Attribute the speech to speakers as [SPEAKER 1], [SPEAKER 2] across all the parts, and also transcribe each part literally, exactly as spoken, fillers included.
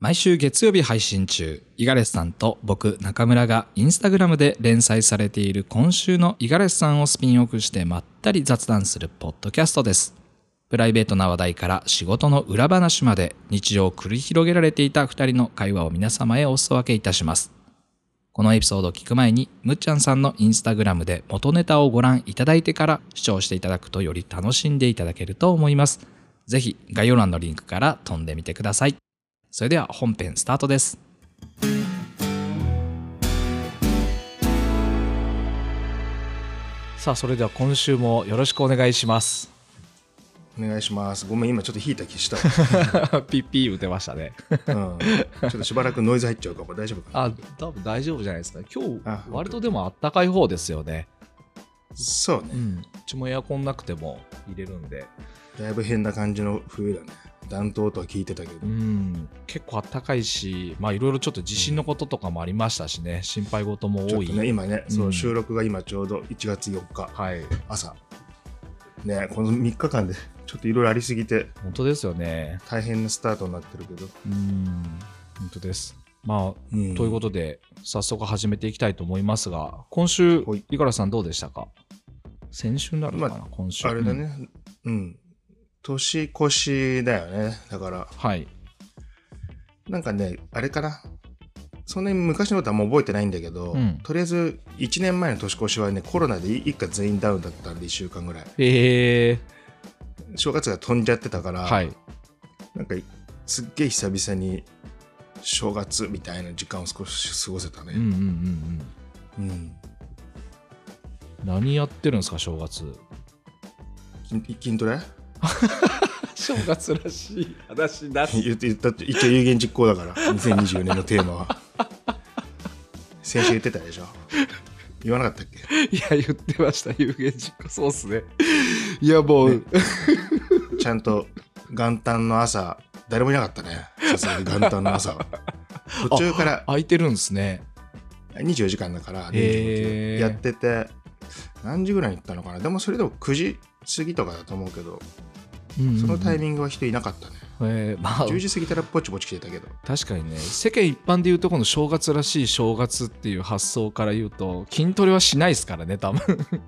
[SPEAKER 1] 毎週月曜日配信中、五十嵐さんと僕中村がインスタグラムで連載されている今週の五十嵐さんをスピンオフしてまったり雑談するポッドキャストです。プライベートな話題から仕事の裏話まで日常を繰り広げられていたふたりの会話を皆様へお裾分けいたします。このエピソードを聞く前にむっちゃんさんのインスタグラムで元ネタをご覧いただいてから視聴していただくとより楽しんでいただけると思います。ぜひ概要欄のリンクから飛んでみてください。それでは本編スタートです。さあ、それでは今週もよろしくお願いします。
[SPEAKER 2] お願いします。ごめん、今ちょっと引いた気した
[SPEAKER 1] ピッピー打てましたね、
[SPEAKER 2] うん、ちょっとしばらくノイズ入っちゃうかも。大丈夫かな。
[SPEAKER 1] あ、多分大丈夫じゃないですか。今日割とでもあったかい方ですよね。
[SPEAKER 2] そうね、うん、
[SPEAKER 1] うちもエアコンなくても入れるんで。
[SPEAKER 2] だいぶ変な感じの冬だね。暖冬とは聞いてたけど、
[SPEAKER 1] うん、結構あったかいし、まあいろいろちょっと地震のこととかもありましたしね、うん、心配事も多い。
[SPEAKER 2] ちょっとね、今ね、うん、そう収録が今ちょうどいちがつよっか、
[SPEAKER 1] はい、
[SPEAKER 2] 朝ね、このみっかかんでちょっといろいろありすぎて
[SPEAKER 1] 本当ですよね。
[SPEAKER 2] 大変なスタートになってるけど、
[SPEAKER 1] うん、本当です。まあ、うん、ということで早速始めていきたいと思いますが、今週五十嵐さんどうでしたか。先週になるのかな、まあ、今週
[SPEAKER 2] あれだね、うん、うん、年越しだよね。だから
[SPEAKER 1] はい
[SPEAKER 2] なんかね、あれかな、そんなに昔のことはもう覚えてないんだけど、うん、とりあえずいちねんまえの年越しはね、コロナで一家全員ダウンだったんでいっしゅうかんぐらい。
[SPEAKER 1] へえ。
[SPEAKER 2] 正月が飛んじゃってたから、
[SPEAKER 1] はい、
[SPEAKER 2] なんかすっげえ久々に正月みたいな時間を少し過ごせたね。
[SPEAKER 1] うんうんうんうん、うん、何やってるんですか正月。
[SPEAKER 2] 筋トレ
[SPEAKER 1] 正月らしい話だし
[SPEAKER 2] 言ったって一応有言実行だからにせんにじゅうよねんのテーマは先週言ってたでしょ。言わなかったっけ。
[SPEAKER 1] いや言ってました、有言実行。そうっすね。いやもう、ね、
[SPEAKER 2] ちゃんと元旦の朝誰もいなかったね。さすがに元旦の朝は途中から
[SPEAKER 1] 空いてるんですね。
[SPEAKER 2] にじゅうよじかんだからやってて、何時ぐらいに行ったのかな。でもそれでもくじ過ぎとかだと思うけど、うんうんうん、そのタイミングは人いなかったね。
[SPEAKER 1] えーまあ、
[SPEAKER 2] じゅうじ過ぎたらポチポチ来てたけど。
[SPEAKER 1] 確かにね、世間一般でいうとこの正月らしい正月っていう発想から言うと筋トレはしないですからね多分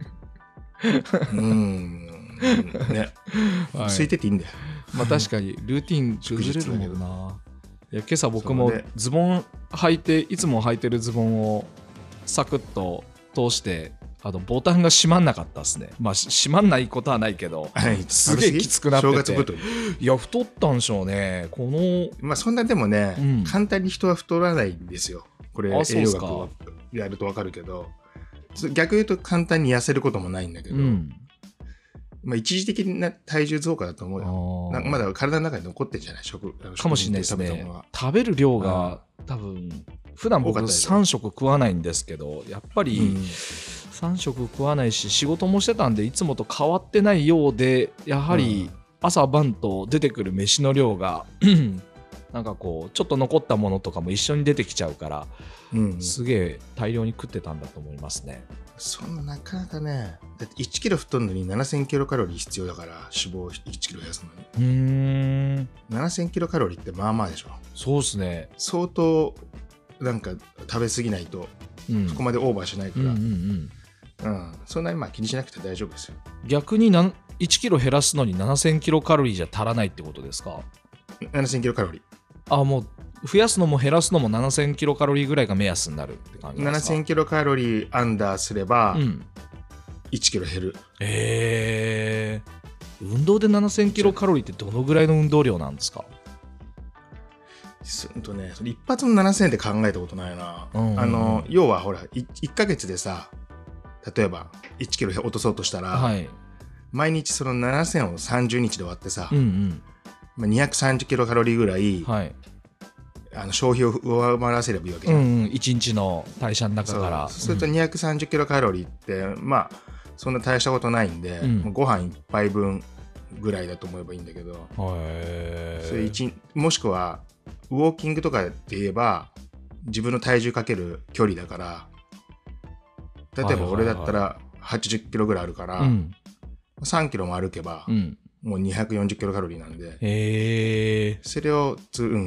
[SPEAKER 2] うんね、はい、空いてていいんだよ。
[SPEAKER 1] まあ確かにルーティン崩れるもんな。いや今朝僕もズボン履いて、いつも履いてるズボンをサクッと通してあのボタンが閉まんなかったですね。まあ閉まんないことはないけど、はい、すげえきつくなってて、正月太り。いや太ったんでしょうね。この
[SPEAKER 2] まあそんなでもね、うん、簡単に人は太らないんですよ。これ栄養学をやると分かるけど、逆言うと簡単に痩せることもないんだけど、うん、まあ一時的な体重増加だと思うよ。なんかまだ体の中に残ってんじゃない、食
[SPEAKER 1] かもしれないですね。食べる量が多分普段僕さん食食わないんですけど、やっぱり、うんさん食食わないし仕事もしてたんでいつもと変わってないようで、やはり朝晩と出てくる飯の量が、うん、なんかこうちょっと残ったものとかも一緒に出てきちゃうから、うん、すげえ大量に食ってたんだと思いますね。
[SPEAKER 2] そんななかなかね、だっていちキロ太るのにななせんキロカロリー必要だから、脂肪をいちキロ減らすのに。うーんななせんキロカロリーってまあまあでしょ。
[SPEAKER 1] そうですね。
[SPEAKER 2] 相当なんか食べ過ぎないと、うん、そこまでオーバーしないから、うんうんうんうん、そんなにまあ気にしなくて大丈夫ですよ。
[SPEAKER 1] 逆にいちキロ減らすのにななせんキロカロリーじゃ足らないってことですか。
[SPEAKER 2] ななせんキロカロリー。
[SPEAKER 1] あ、もう増やすのも減らすのもななせんキロカロリーぐらいが目安になるって感じですか。
[SPEAKER 2] ななせんキロカロリーアンダーすれば、うん、いちキロ減る。
[SPEAKER 1] えー、運動でななせんキロカロリーってどのぐらいの運動量なんですか。
[SPEAKER 2] すんとね、それ一発のななせんって考えたことないな、うんうん、あの要はほら い, いっかげつでさ、例えばいちキロ落とそうとしたら、はい、毎日そのななせんをさんじゅうにちで割ってさ、うんうんまあ、にひゃくさんじゅうキロカロリーぐらい、はい、あの消費を上回らせればいいわけじゃん、うんうん、
[SPEAKER 1] いちにちの代謝の中から。
[SPEAKER 2] そうするとにひゃくさんじゅうキロカロリーって、うん、まあそんな大したことないんで、うん、ご飯いっぱいぶんぐらいだと思えばいいんだけど、へそれいちもしくはウォーキングとかって言えば自分の体重かける距離だから、例えば俺だったらはちじゅっキロぐらいあるから、はいはいはい、さんキロも歩けば、うん、もうにひゃくよんじゅっキロカロリーなんで、へそれをつ、うん、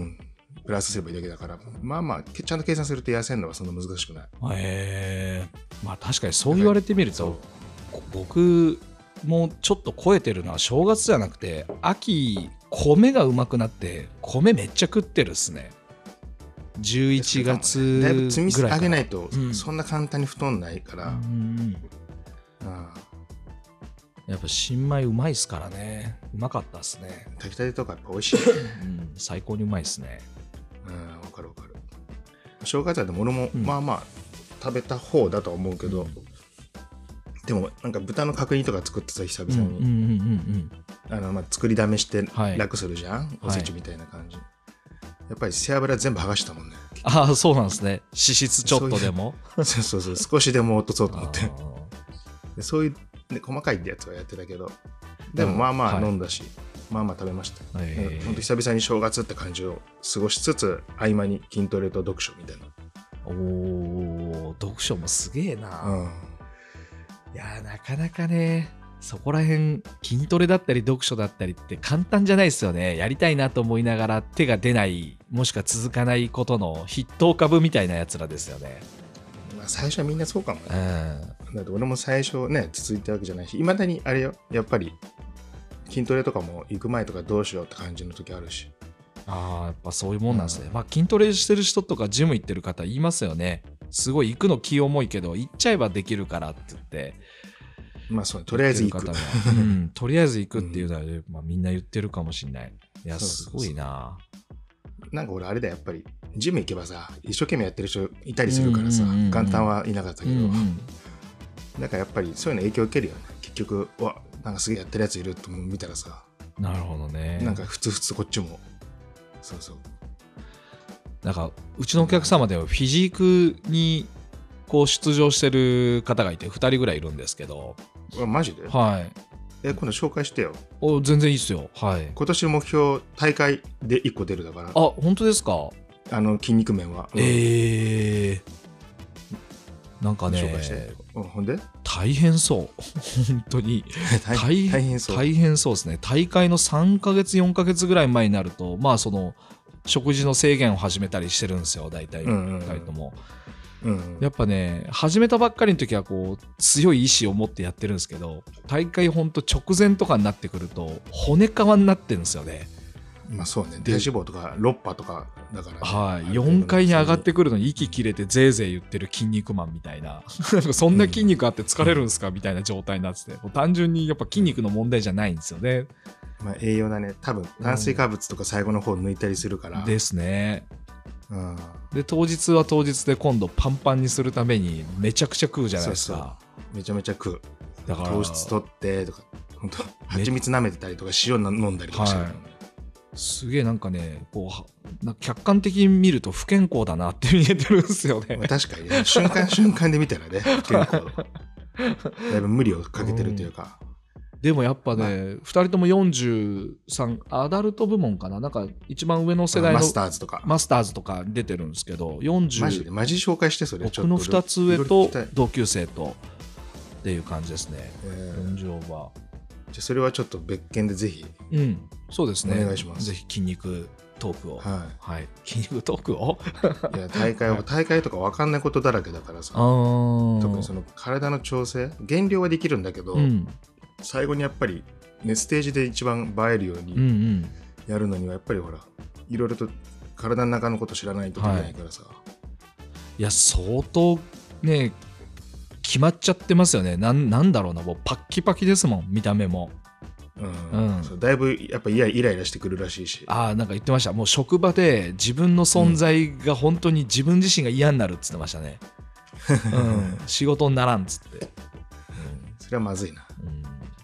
[SPEAKER 2] プラスすればいいだけだから、まあまあちゃんと計算すると痩せるのはそんな難しくない。
[SPEAKER 1] へえ。まあ確かにそう言われてみると僕もちょっと超えてるのは正月じゃなくて秋米がうまくなって米めっちゃ食ってるっすね。じゅういちがつぐらいから。だいぶ積み上げ
[SPEAKER 2] ないとそんな簡単に太んないから、うんうん
[SPEAKER 1] うん、やっぱ新米うまいっすからね。うまかったっすね。
[SPEAKER 2] 炊きたてとかやっぱ美味しい、
[SPEAKER 1] うん、最高にうまいっすね。
[SPEAKER 2] うん、分かる分かる。正月はでも俺もまあまあ食べた方だとは思うけど、うん、でもなんか豚の角煮とか作ってさ久々に作りだめして楽するじゃん、はい、おせちみたいな感じ、はい、やっぱり背脂全部剥がしたもんね。
[SPEAKER 1] ああそうなんですね。脂質ちょっとでも
[SPEAKER 2] そうそうそう少しでも落とそうと思ってでそういう、ね、細かいやつはやってたけどでもまあまあ飲んだし、はい、まあまあ食べました。ほんと久々に正月って感じを過ごしつつ合間に筋トレと読書みたいな。
[SPEAKER 1] おー読書もすげえな、うん、いやなかなかねそこら辺筋トレだったり読書だったりって簡単じゃないですよね。やりたいなと思いながら手が出ないもしくは続かないことの筆頭株みたいなやつらですよね。
[SPEAKER 2] まあ、最初はみんなそうかもね、うん、だって俺も最初ね続いたわけじゃないしいまだにあれよやっぱり筋トレとかも行く前とかどうしようって感じの時あるし。
[SPEAKER 1] ああやっぱそういうもんなんですね、うんまあ、筋トレしてる人とかジム行ってる方言いますよね。すごい行くの気重いけど行っちゃえばできるからって言って
[SPEAKER 2] まあそうとりあえず行く、
[SPEAKER 1] うん、とりあえず行くっていうのは、うんまあ、みんな言ってるかもしれない。いやすごいな。
[SPEAKER 2] なんか俺あれだやっぱりジム行けばさ一生懸命やってる人いたりするからさ、うんうんうんうん、元旦はいなかったけど、うんうん、だからやっぱりそういうの影響受けるよね。結局わなんかすげえやってるやついると見たらさ
[SPEAKER 1] なるほどね
[SPEAKER 2] なんかふつふつこっちもそうそう
[SPEAKER 1] なんかうちのお客様ではフィジークにこう出場してる方がいてふたりぐらいいるんですけど。
[SPEAKER 2] マジで？
[SPEAKER 1] はい。
[SPEAKER 2] え今度紹介してよ。
[SPEAKER 1] お全然いいっすよ。はい。
[SPEAKER 2] 今年の目標大会でいっこ出るだから。あ
[SPEAKER 1] 本当ですか？
[SPEAKER 2] あの筋肉面は、
[SPEAKER 1] うん、えーなんかね
[SPEAKER 2] 紹介して、うん、ほんで
[SPEAKER 1] 大変そう本当に大, 大変そう大変そうですね。大会のさんかげつよんかげつぐらい前になるとまあその食事の制限を始めたりしてるんですよ大体ふたりとも、うんうん、やっぱね始めたばっかりの時はこう強い意志を持ってやってるんですけど大会ほんと直前とかになってくると骨皮になってるんですよね。
[SPEAKER 2] まあそうね体脂肪とかろっぱとかだから、ね、
[SPEAKER 1] はい、よんかいに上がってくるのに息切れてぜいぜい言ってる筋肉マンみたいなそんな筋肉あって疲れるんですか、うん、みたいな状態になっててもう単純にやっぱ筋肉の問題じゃないんですよね。
[SPEAKER 2] まあ、栄養だね多分炭水化物とか最後の方抜いたりするから、
[SPEAKER 1] うん、ですね、うん、で当日は当日で今度パンパンにするためにめちゃくちゃ食うじゃないですか。そう
[SPEAKER 2] そうめちゃめちゃ食うだから糖質取ってとか本当蜂蜜舐めてたりとか塩飲んだりとかしてる、はい、
[SPEAKER 1] すげえなんかねこうなんか客観的に見ると不健康だなって見えてるんですよね。
[SPEAKER 2] まあ、確かにね瞬間瞬間で見たらね不健康だいぶ無理をかけてるというか、うん
[SPEAKER 1] でもやっぱねふたりともよんじゅうさんアダルト部門かななんか一番上の世代の
[SPEAKER 2] マスターズとか
[SPEAKER 1] マスターズとか出てるんですけどよんじゅう
[SPEAKER 2] マジでマジ紹介してそれ
[SPEAKER 1] 僕のふたつ上と同級生とっていう感じですね、えー、よんじゅうオーバー。
[SPEAKER 2] じゃあそれはちょっと別件でぜひ
[SPEAKER 1] うんそうですね
[SPEAKER 2] お願いします。
[SPEAKER 1] ぜひ筋肉トークを
[SPEAKER 2] はい、
[SPEAKER 1] はい、筋肉トークを
[SPEAKER 2] いや大会は大会とか分かんないことだらけだからさ特にその体の調整減量はできるんだけど、うん最後にやっぱり、ね、ステージで一番映えるようにやるのにはやっぱりほらいろいろと体の中のこと知らないといけないからさ、はい、
[SPEAKER 1] いや相当ね決まっちゃってますよね。な ん, なんだろうなもうパッキパキですもん見た目も、
[SPEAKER 2] うんうん、そうだいぶやっぱイライラしてくるらしいし
[SPEAKER 1] あなんか言ってました。もう職場で自分の存在が本当に自分自身が嫌になるって言ってましたね、うん、仕事にならんっつって、うん、
[SPEAKER 2] それはまずいな、うん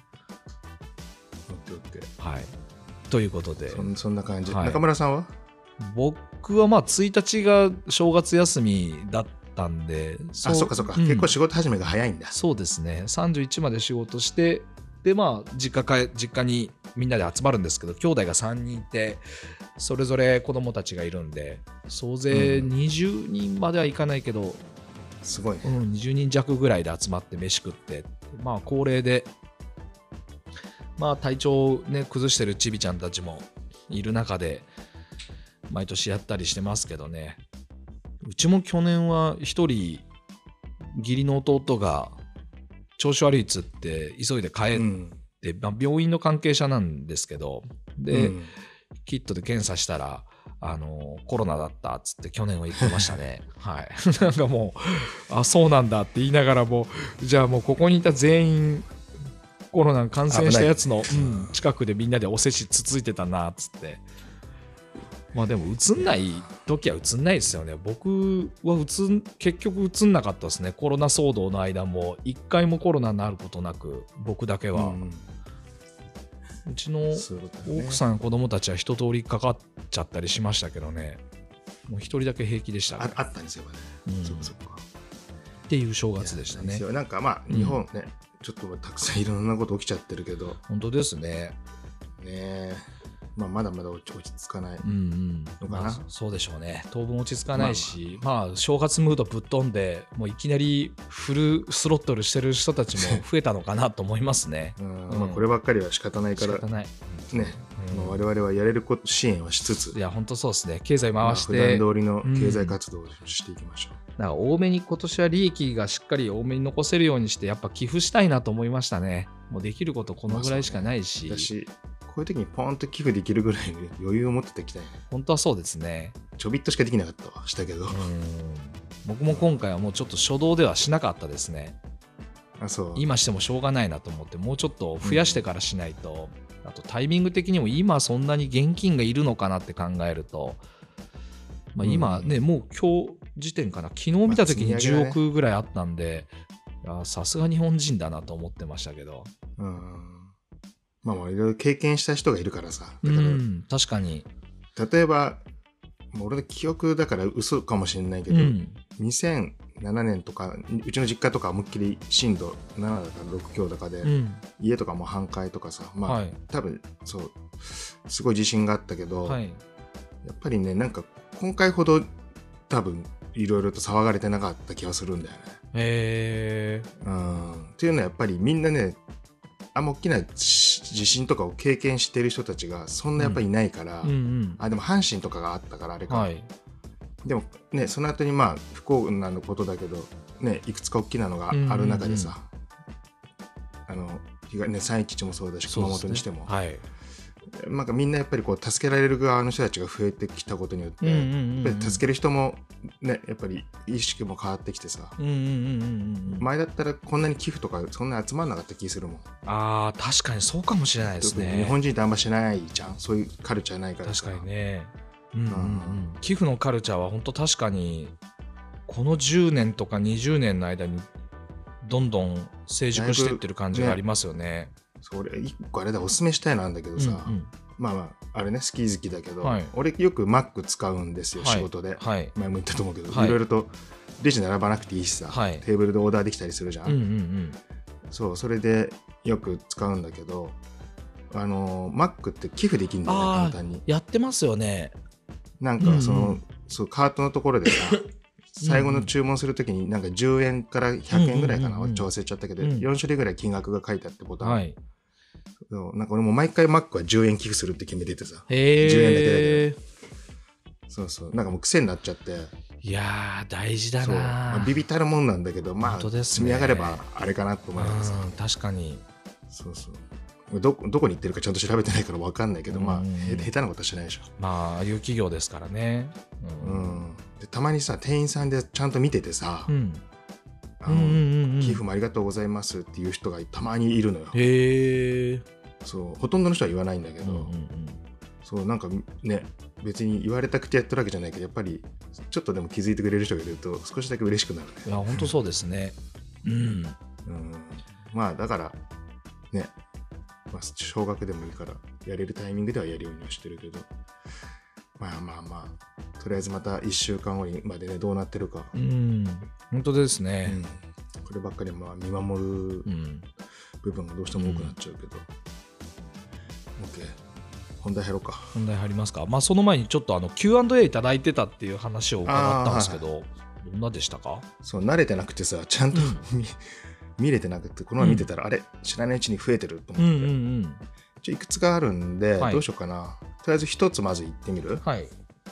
[SPEAKER 1] はい、ということで
[SPEAKER 2] そ, そんな感じ、はい、中村さんは
[SPEAKER 1] 僕はまあついたちが正月休みだったんで
[SPEAKER 2] そあそっかそっか、うん、結構仕事始めが早いんだ。
[SPEAKER 1] そうですねさんじゅういちまで仕事してでまあ実家か実家にみんなで集まるんですけど兄弟がさんにんいてそれぞれ子供たちがいるんで総勢にじゅうにんまではいかないけど、うん、
[SPEAKER 2] すごいね、
[SPEAKER 1] うん、にじゅうにん弱ぐらいで集まって飯食ってまあ恒例でまあ体調をね崩してるちびちゃんたちもいる中で毎年やったりしてますけどね。うちも去年は一人義理の弟が調子悪いっつって急いで帰って、うんまあ、病院の関係者なんですけど、で、うん、キットで検査したらあのコロナだったっつって去年は言ってましたね。はいなんかもうあそうなんだって言いながらも、じゃあもうここにいた全員コロナに感染したやつの、うん、近くでみんなでおせちつついてたなっつって。まあでも映んない時は映んないですよね。僕は映ん結局映んなかったですね。コロナ騒動の間も一回もコロナになることなく、僕だけは、うん、うちの奥さん子供たちは一通りかかっちゃったりしましたけどね、もう一人だけ平気でしたね。
[SPEAKER 2] あ, あったんですよね、うん、そうそうか
[SPEAKER 1] っていう正月でしたね。
[SPEAKER 2] なんかまあ日本ね、うん、ちょっとたくさんいろんなこと起きちゃってるけど、
[SPEAKER 1] 本当ですね。
[SPEAKER 2] ねえ、まあ、まだまだ落ち着かないのかな、
[SPEAKER 1] うんうんまあ、そうでしょうね。当分落ち着かないし、まあ、まあ、まあ正月ムードぶっ飛んでもういきなりフルスロットルしてる人たちも増えたのかなと思いますね。
[SPEAKER 2] うんうんまあ、こればっかりは仕方ないから仕方ない、ねうんまあ、我々はやれること支援はしつつ、
[SPEAKER 1] いや本当そうですね。経済回して、
[SPEAKER 2] まあ、普段通りの経済活動をしていきましょう、
[SPEAKER 1] うん、だから多めに今年は利益がしっかり多めに残せるようにしてやっぱ寄付したいなと思いましたね。もうできることこのぐらいしかないし、
[SPEAKER 2] まあそうね、こういう時にポーンと寄付できるぐらいの余裕を持ってていきたいね。
[SPEAKER 1] 本当はそうですね。
[SPEAKER 2] ちょびっとしかできなかったわしたけど、うん
[SPEAKER 1] 僕も今回はもうちょっと初動ではしなかったですね。
[SPEAKER 2] あそう
[SPEAKER 1] 今してもしょうがないなと思ってもうちょっと増やしてからしないと、うん、あとタイミング的にも今そんなに現金がいるのかなって考えると、まあ、今ね、うん、もう今日時点かな、昨日見た時にじゅうおくぐらいあったんで、さすが日本人だなと思ってましたけど、
[SPEAKER 2] うんまあ、いろいろ経験した人がいるからさ。だから
[SPEAKER 1] うん確かに。
[SPEAKER 2] 例えばもう俺の記憶だから嘘かもしれないけど、うん、にせんななねんとかうちの実家とか思いっきり震度ななだかろく強だかで、うん、家とかも半壊とかさ、まあ、はい、多分そうすごい地震があったけど、はい、やっぱりねなんか今回ほど多分いろいろと騒がれてなかった気がするんだよね。
[SPEAKER 1] へ
[SPEAKER 2] ー。うん。っていうのはやっぱりみんなねあんま大きな地震とかを経験している人たちがそんなやっぱりいないから、うんうんうん、あでも阪神とかがあったからあれか、はい、でもねその後にまあ不幸なことだけどねいくつか大きなのがある中でさ、うんうんうん、あのねさんいちいちもそうだし熊本にしても、はい、なんかみんなやっぱりこう助けられる側の人たちが増えてきたことによって、うんうんうんうん、やっぱり助ける人もねやっぱり意識も変わってきてさ、うんうんうんうん、前だったらこんなに寄付とかそんな集まんなかった気するもん。
[SPEAKER 1] あー確かにそうかもしれないですね。
[SPEAKER 2] 日本人ってあんましないじゃん、そういうカルチャーないからさ。
[SPEAKER 1] 確かにね、うんうんうん、寄付のカルチャーは本当確かにこのじゅうねんとかにじゅうねんの間にどんどん成熟していってる感じがありますよね。
[SPEAKER 2] それ一個あれだおすすめしたいなんだけどさ、うんうん、まあまああれね好き好きだけど、はい、俺よく Mac 使うんですよ、はい、仕事で、はい、前も言ったと思うけど、はい、いろいろとレジ並ばなくていいしさ、はい、テーブルでオーダーできたりするじゃん、うんうんうん、そうそれでよく使うんだけどあの Mac って寄付できるんだよね。簡単に
[SPEAKER 1] やってますよね。
[SPEAKER 2] なんかその、うんうん、そうカートのところでさ最後の注文するときになんかじゅうえんからひゃくえんぐらいかな、うんうんうん、調整しちゃったけど、うん、よん種類ぐらい金額が書いてあってボタン、はい、そうなんか俺も毎回 Mac はじゅうえん寄付するって決めててさ、
[SPEAKER 1] へー
[SPEAKER 2] じゅうえんだけだけどそうそうなんかもう癖になっちゃって、
[SPEAKER 1] いやー大事だな、
[SPEAKER 2] まあ、ビビたるもんなんだけどまあ、ね、積み上がればあれかなと思います。
[SPEAKER 1] 確かに
[SPEAKER 2] そうそうど, どこに行ってるかちゃんと調べてないから分かんないけど、まあ下手なことはしないでしょ。
[SPEAKER 1] まあああいう企業ですからね、
[SPEAKER 2] うん、でたまにさ店員さんでちゃんと見ててさ、うん、あの、うんうんうん、寄付もありがとうございますっていう人がたまにいるのよ。
[SPEAKER 1] へえ。
[SPEAKER 2] そうほとんどの人は言わないんだけど、うんうんうん、そうなんかね別に言われたくてやってるわけじゃないけどやっぱりちょっとでも気づいてくれる人がいると少しだけ嬉しくなるね。
[SPEAKER 1] いや本当そうですねうん、うん、
[SPEAKER 2] まあだからねまあ、少額でもいいからやれるタイミングではやるようにはしてるけど、まあまあまあとりあえずまたいっしゅうかんごにまでねどうなってるか、
[SPEAKER 1] うん本当ですね、うん、
[SPEAKER 2] こればっかりまあ見守る部分がどうしても多くなっちゃうけど、うん、OK 本題入ろうか。
[SPEAKER 1] 本題入りますか。まあその前にちょっとあの キューアンドエー いただいてたっていう話を伺ったんですけど、はいはい、どんなでしたか。
[SPEAKER 2] そう慣れてなくてさちゃんと、うん見れてなくてこの前見てたら、うん、あれ知らないうちに増えてると思って、うんうんうん、ちょいくつかあるんで、はい、どうしようかな。とりあえず一つまず行ってみる。
[SPEAKER 1] はい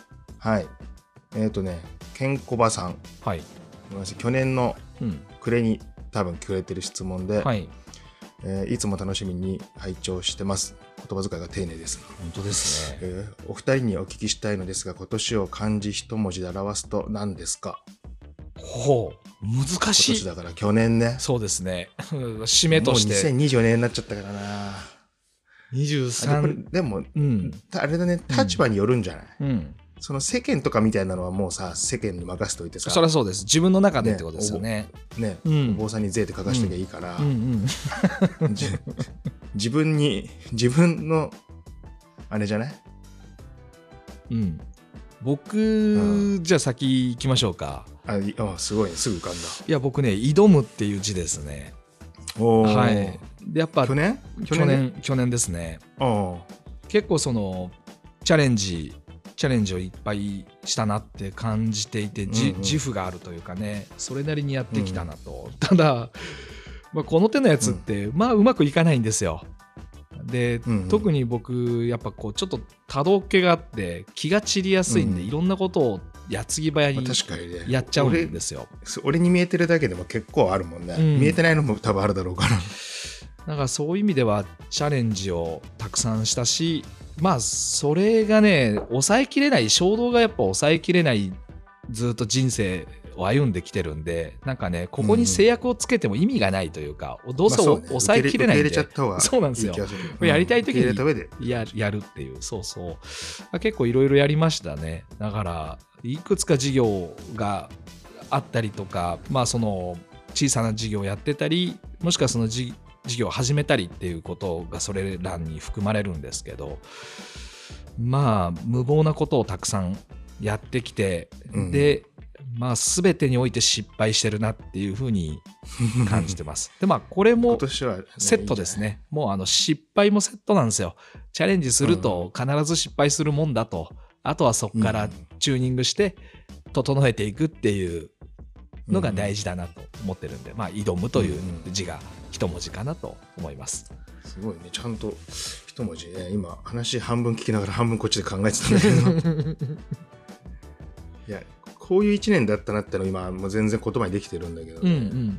[SPEAKER 2] はいえっ、ー、とねケンコバさん、
[SPEAKER 1] はい、
[SPEAKER 2] 去年の暮れに多分くれてる質問で、
[SPEAKER 1] はい
[SPEAKER 2] えー、いつも楽しみに拝聴してます。言葉遣いが丁寧です。
[SPEAKER 1] 本当ですね、
[SPEAKER 2] えー、お二人にお聞きしたいのですが、今年を漢字一文字で表すと何ですか？
[SPEAKER 1] ほう難しい。
[SPEAKER 2] 今年だから去年ね。
[SPEAKER 1] そうですね締めとして
[SPEAKER 2] もうにせんにじゅうよねんになっちゃったからな。
[SPEAKER 1] にじゅうさん
[SPEAKER 2] でも、
[SPEAKER 1] うん、
[SPEAKER 2] あれだね、立場によるんじゃない、
[SPEAKER 1] うんうん
[SPEAKER 2] その世間とかみたいなのはもうさ世間に任せといてさ、
[SPEAKER 1] そりゃそうです。自分の中でってことですよね。
[SPEAKER 2] ね、
[SPEAKER 1] うん、
[SPEAKER 2] お坊さんに税って書かしときゃいいから、
[SPEAKER 1] うんうん、
[SPEAKER 2] 自分に自分のあれじゃない？
[SPEAKER 1] うん。僕、うん、じゃあ先行きましょうか。
[SPEAKER 2] ああすごい、ね、すぐ浮かんだ。
[SPEAKER 1] いや僕ね挑むっていう字ですね。
[SPEAKER 2] お
[SPEAKER 1] はい。でやっぱ
[SPEAKER 2] 去年
[SPEAKER 1] 去年去年、去年ですね。結構そのチャレンジチャレンジをいっぱいしたなって感じていて、うんうん、自負があるというかね、それなりにやってきたなと、うん、ただ、まあ、この手のやつって、うん、まあうまくいかないんですよ。で、うんうん、特に僕やっぱこうちょっと多動気があって気が散りやすいんで、うん、いろんなことを矢継ぎ早にやっちゃうんですよ、まあ
[SPEAKER 2] ね、俺, 俺に見えてるだけでも結構あるもんね、うん、見えてないのも多分あるだろうから
[SPEAKER 1] だからそういう意味ではチャレンジをたくさんしたし、まあそれがね抑えきれない、衝動がやっぱ抑えきれないずっと人生を歩んできてるんで、なんかねここに制約をつけても意味がないというか、うん、どうせ抑えきれないんで、まあそうなんですよ、うん、やりたい時に や, やるっていう、そうそう結構いろいろやりましたね。だからいくつか事業があったりとか、まあその小さな事業をやってたり、もしくはその事事業を始めたりっていうことがそれらに含まれるんですけど、まあ無謀なことをたくさんやってきて、うん、でまあ全てにおいて失敗してるなっていうふうに感じてますでまあこれもセットですね。もうあの失敗もセットなんですよ。チャレンジすると必ず失敗するもんだと、あとはそこからチューニングして整えていくっていうのが大事だなと思ってるんで、まあ挑むという字が一文字かなと思います。
[SPEAKER 2] すごいね、ちゃんと一文字ね。今話半分聞きながら半分こっちで考えてたんだけどいやこういう一年だったなっての今もう全然言葉にできてるんだけどね、うん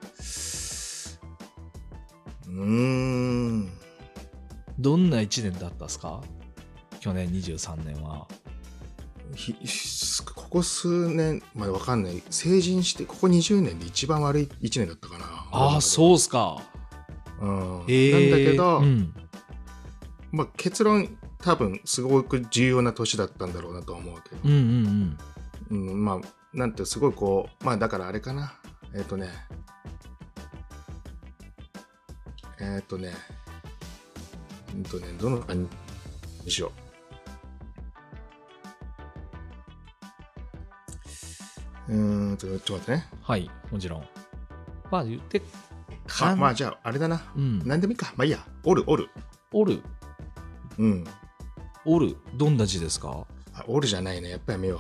[SPEAKER 2] うん、うーん
[SPEAKER 1] どんな一年だったですか去年にじゅうさんねんは。
[SPEAKER 2] ここ数年まで分かんない、成人してここにじゅうねんで一番悪いいちねんだったかな。
[SPEAKER 1] ああそうっすか、
[SPEAKER 2] うんえー、なんだけど、うんまあ、結論多分すごく重要な年だったんだろうなとは思うけど、うんうんうんうん、まあなんてすごいこうまあだからあれかなえっ、ー、とねえっ、ー、とねうんとねどの感じにしよう。うーんとちょっと待ってね。
[SPEAKER 1] はいもちろん。まあ言って
[SPEAKER 2] あまあじゃああれだな、うん、何でもいいか。まあいいや。おるおる
[SPEAKER 1] おる
[SPEAKER 2] うん
[SPEAKER 1] おるどんな字ですか？
[SPEAKER 2] あおるじゃないね、やっぱやめよう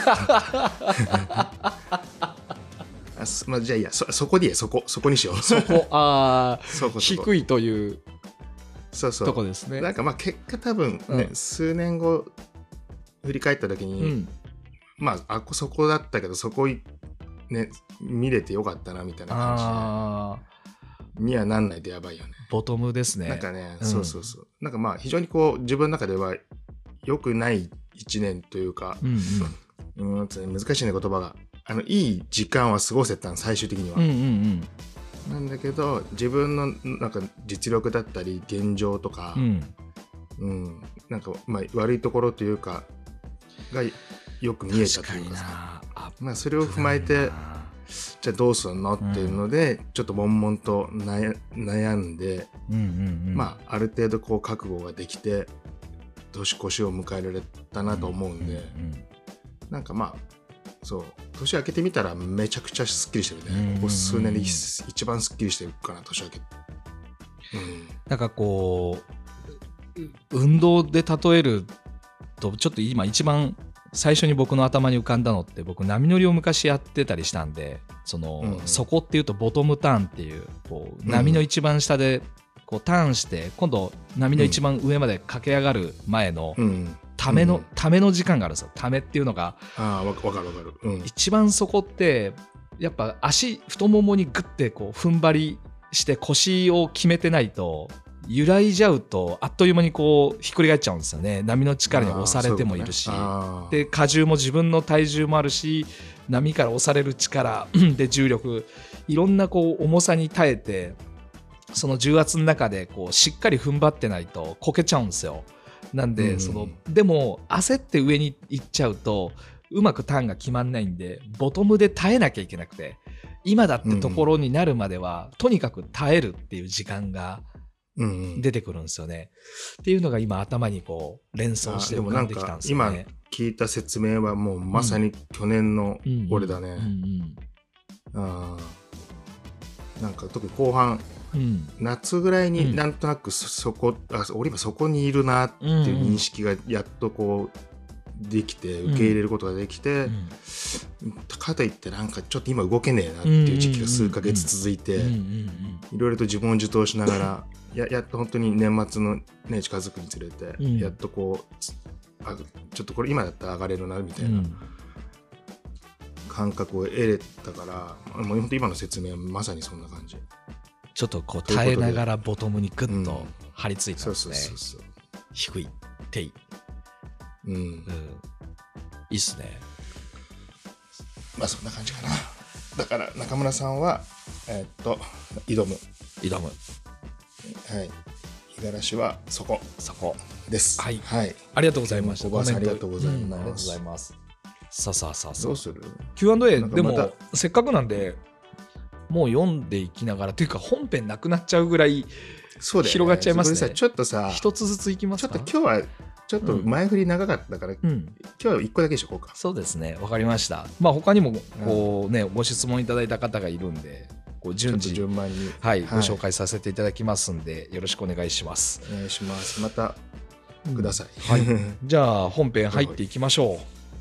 [SPEAKER 2] あまあじゃあいいや そ, そこでいいやそこそこにしよう
[SPEAKER 1] そこあそこそこ低いという
[SPEAKER 2] そうそう
[SPEAKER 1] とこですね。
[SPEAKER 2] なんかまあ結果多分ね、うん、数年後振り返った時に、うん、まああそこだったけどそこね見れてよかったなみたいな感じにはなんないとやばいよね。
[SPEAKER 1] ボトムですね。
[SPEAKER 2] なんかね、うん、そうそうそうなんかまあ非常にこう自分の中では良くない一年というか、うんうんうん、難しいね言葉が。あのいい時間は過ごせたの最終的には、うんうんうん、なんだけど自分のなんか実力だったり現状とか、うんうん、なんかまあ悪いところというかがよく見えたというかさ、まあ、それを踏まえてじゃあどうするのっていうので、うん、ちょっと悶々と悩んで、うんうんうん、まあある程度こう覚悟ができて年越しを迎えられたなと思うんで、うんうんうん、なんかまあそう年明けてみたらめちゃくちゃすっきりしてるね、うんうんうん、ここ数年で一番すっきりしてるかな年明け、
[SPEAKER 1] うん、なんかこう運動で例えるとちょっと今一番最初に僕の頭に浮かんだのって僕波乗りを昔やってたりしたんでその、うんうん、底っていうとボトムターンっていう、こう波の一番下でこうターンして今度波の一番上まで駆け上がる前のための、
[SPEAKER 2] うん、
[SPEAKER 1] ための時間があるんですよ。ためっていうのが、
[SPEAKER 2] ああ、わかるわかる、うん、
[SPEAKER 1] 一番そこってやっぱ足太ももにグッてこう踏ん張りして腰を決めてないと揺らいじゃうとあっという間にこうひっくり返っちゃうんですよね。波の力に押されてもいるし、
[SPEAKER 2] ね、
[SPEAKER 1] で荷重も自分の体重もあるし、波から押される力で重力、いろんなこう重さに耐えて、その重圧の中でこうしっかり踏ん張ってないとこけちゃうんですよ。なんで、うん、そのでも焦って上に行っちゃうとうまくターンが決まんないんで、ボトムで耐えなきゃいけなくて、今だってところになるまでは、うん、とにかく耐えるっていう時間が出てくるんですよね、うんうん、っていうのが今頭にこう連想して浮かんできたんですよね。
[SPEAKER 2] 今聞いた説明はもうまさに去年の俺だね、うんうんうんうん、あなんか特に後半、うん、夏ぐらいになんとなく そ, そこあ俺今そこにいるなっていう認識がやっとこうできて受け入れることができて、うん、かといってなんかちょっと今動けねえなっていう時期が数ヶ月続いて、いろいろと自分を自答しながらや, やっと本当に年末の、ね、近づくにつれて、うん、やっとこうあちょっとこれ今だったら上がれるなみたいな感覚を得れたから、うん、もう本当今の説明はまさにそんな感じ。
[SPEAKER 1] ちょっとこう耐えながらボトムにグッと張り付いたんですね。低い低いうんうん、いいっすね。
[SPEAKER 2] まあそんな感じかな。だから中村さんはえー、っと挑む
[SPEAKER 1] 挑む
[SPEAKER 2] はい、五十嵐はそこ
[SPEAKER 1] そこ
[SPEAKER 2] です。
[SPEAKER 1] はい、
[SPEAKER 2] はい、
[SPEAKER 1] ありがとうございました。
[SPEAKER 2] おばあさんありがとうございます、うん、
[SPEAKER 1] ありがとうございます。さあさあさあ
[SPEAKER 2] どうする
[SPEAKER 1] キューアンドエー でもせっかくなんでもう読んでいきながらというか本編なくなっちゃうぐらい広がっちゃいますね。
[SPEAKER 2] そうだよね。ちょっとさ
[SPEAKER 1] 一つずついきますか。
[SPEAKER 2] ちょっと今日はちょっと前振り長かったから、うん、今日はいっこだけにしようか。
[SPEAKER 1] そうですね、わかりました。まあ他にもこう、ね、ご質問いただいた方がいるんでこう順次
[SPEAKER 2] 順番に、
[SPEAKER 1] はいはい、ご紹介させていただきますんでよろしくお願いします。
[SPEAKER 2] お願いします。またください、
[SPEAKER 1] うんはい、じゃあ本編入っていきましょう。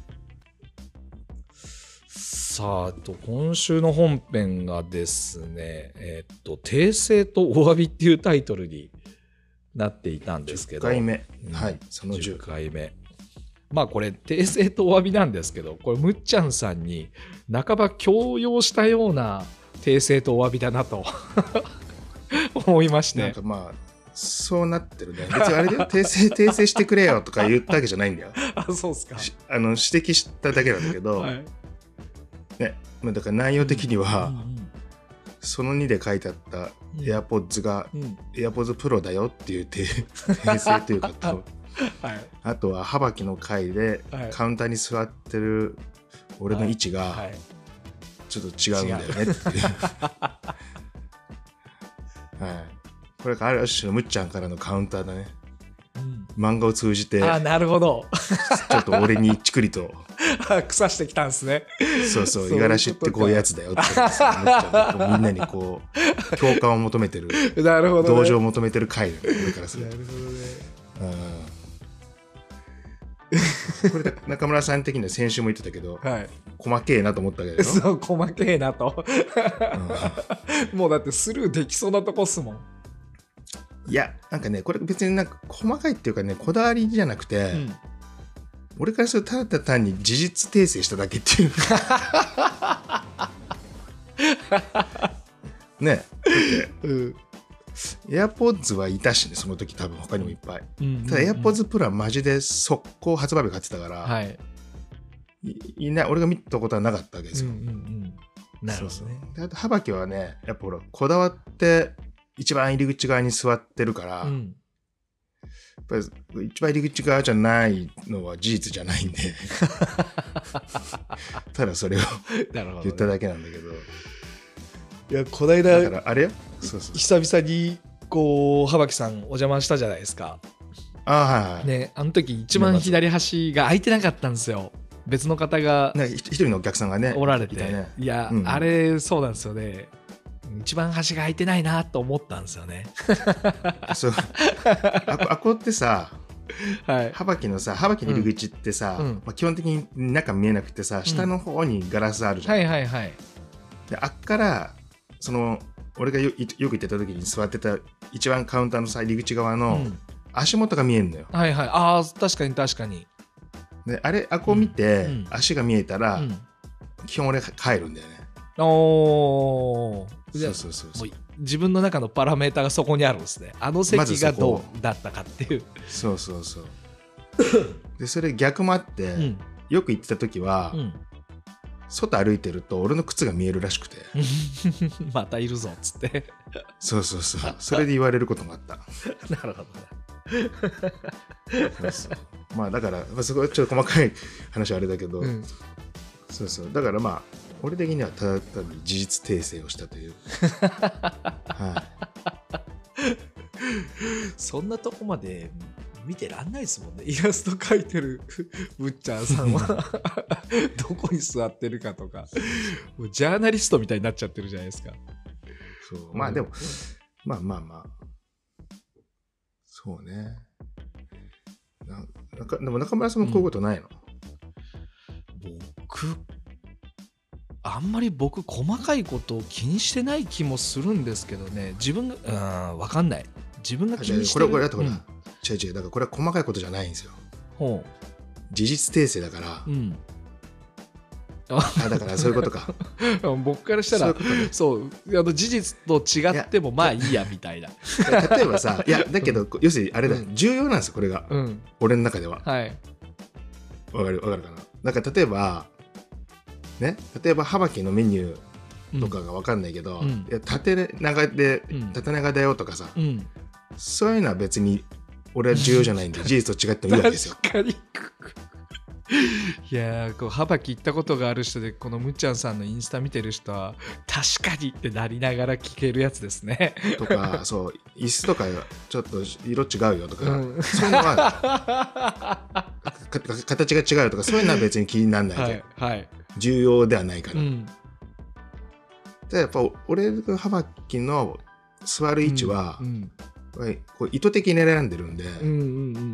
[SPEAKER 1] さあと今週の本編がですね、えー、っと訂正とお詫びっていうタイトルになっていたんですけど、
[SPEAKER 2] じゅっかいめ、うん、はい、その
[SPEAKER 1] じゅっかいめ、まあこれ訂正とお詫びなんですけど、これむっちゃんさんに半ば強要したような訂正とお詫びだなと思いまして、
[SPEAKER 2] なんかまあそうなってるね。別にあれで訂正訂正してくれよとか言ったわけじゃないんだよ。
[SPEAKER 1] あ、そうですか。
[SPEAKER 2] あの指摘しただけなんだけど、はいね、だから内容的には、うんうん、そのにで書いてあった AirPods が、うん、AirPods Pro だよっていう訂正というかと、はい、あとは幅木の回でカウンターに座ってる俺の位置がちょっと違うんだよねっていう、はい、これがある種のむっちゃんからのカウンターだね、うん、漫画を通じて
[SPEAKER 1] あ、なるほど
[SPEAKER 2] ちょっと俺にちくりと
[SPEAKER 1] 腐してきたんですね。
[SPEAKER 2] そうそう、五十嵐ってこういうやつだよってみんなにこう共感を求めてる
[SPEAKER 1] なるほど、ね、
[SPEAKER 2] 同情を求めてる回だよね、俺からすると。なるほどね。うん、これ中村さん的には先週も言ってたけど、はい、細けえなと思ったけど
[SPEAKER 1] そう細けえなと、うん、もうだってスルーできそうなとこっすもん。
[SPEAKER 2] いやなんかねこれ別になんか細かいっていうかねこだわりじゃなくて、うん、俺からするとただ単に事実訂正しただけっていうねだって、うん、AirPods はいたしねその時多分他にもいっぱい、うんうんうん、ただ AirPods Pro はマジで速攻発売日買ってたから、はい、い, いない俺が見たことはなかったわけですよ、うんうんうん、なるほどね。であと幅木はねやっぱほらこだわって一番入り口側に座ってるから、うん、やっぱり一番入り口側じゃないのは事実じゃないんでただそれを言っただけなんだけど、
[SPEAKER 1] いやこないだ
[SPEAKER 2] だからあれよそうそう
[SPEAKER 1] 久々にこう幅木さんお邪魔したじゃないですか。
[SPEAKER 2] あ、はいはい、
[SPEAKER 1] ね、あの時一番左端が空いてなかったんですよ。別の方が
[SPEAKER 2] 一人のお客さんがね
[SPEAKER 1] おられて、
[SPEAKER 2] ね、
[SPEAKER 1] いや、うんうん、あれそうなんですよね。一番端が空いてないなと思ったんですよね
[SPEAKER 2] そうあ, あこってさ、はい、幅木のさ幅木の入り口ってさ、うんまあ、基本的に中見えなくてさ、うん、下の方にガラスあるじゃん、
[SPEAKER 1] はいはいはい、
[SPEAKER 2] であっからその俺が よ, よく行ってた時に座ってた一番カウンターのさ入り口側の足元が見えるのよ、
[SPEAKER 1] うん、はいはい、ああ確かに確かに
[SPEAKER 2] であれあこ見て、うん、足が見えたら、うん、基本俺帰るんだよね。
[SPEAKER 1] お
[SPEAKER 2] ーそうそうそうそう、
[SPEAKER 1] 自分の中のパラメータがそこにあるんですね。あの席がどうだったかっていう、
[SPEAKER 2] ま、そうそうそうでそれ逆もあって、うん、よく行ってた時は、うん、外歩いてると俺の靴が見えるらしくて
[SPEAKER 1] またいるぞっつって
[SPEAKER 2] そうそうそうそれで言われることもあった
[SPEAKER 1] なるほどね
[SPEAKER 2] そうそうまあだから、まあ、そこはちょっと細かい話はあれだけど、うん、そうそうだからまあ俺的にはただ単に事実訂正をしたというはい、
[SPEAKER 1] そんなとこまで見てらんないですもんね。イラスト描いてるぶっちゃんさんはどこに座ってるかとかもうジャーナリストみたいになっちゃってるじゃないですか。
[SPEAKER 2] そうまあでも、うん、まあまあまあそうねななかでも中村さんもこういうことないの？
[SPEAKER 1] うん、僕あんまり僕細かいことを気にしてない気もするんですけどね。自分がうん分かんない。自分が気にしてる。
[SPEAKER 2] これこれだとほら、うん、違う違うだからこれは細かいことじゃないんですよ。ほう事実訂正だから、うん、あだからそういうことか
[SPEAKER 1] 僕からしたらそうあの事実と違ってもまあいいやみたいな
[SPEAKER 2] 例えばさいやだけど、うん、要するにあれだ、うん、重要なんですよこれが、うん、俺の中では。はいわかるわかるかな。だから例えばね例えばハバキのメニューとかが分かんないけど、うん、いや縦長で、うん、縦長だよとかさ、うん、そういうのは別に俺は重要じゃないんで事実と違ってもいいわけですよ。
[SPEAKER 1] 確かにいやこうハバキ行ったことがある人でこのむっちゃんさんのインスタ見てる人は確かにってなりながら聞けるやつですね。
[SPEAKER 2] とかそう椅子とかちょっと色違うよとか、うん、そういうのは形が違うとかそういうのは別に気にならないで、はいはい、重要ではないから。うん、でやっぱ俺のハバキの座る位置は、うんうんこう意図的に選んでるんで、うんうんうん、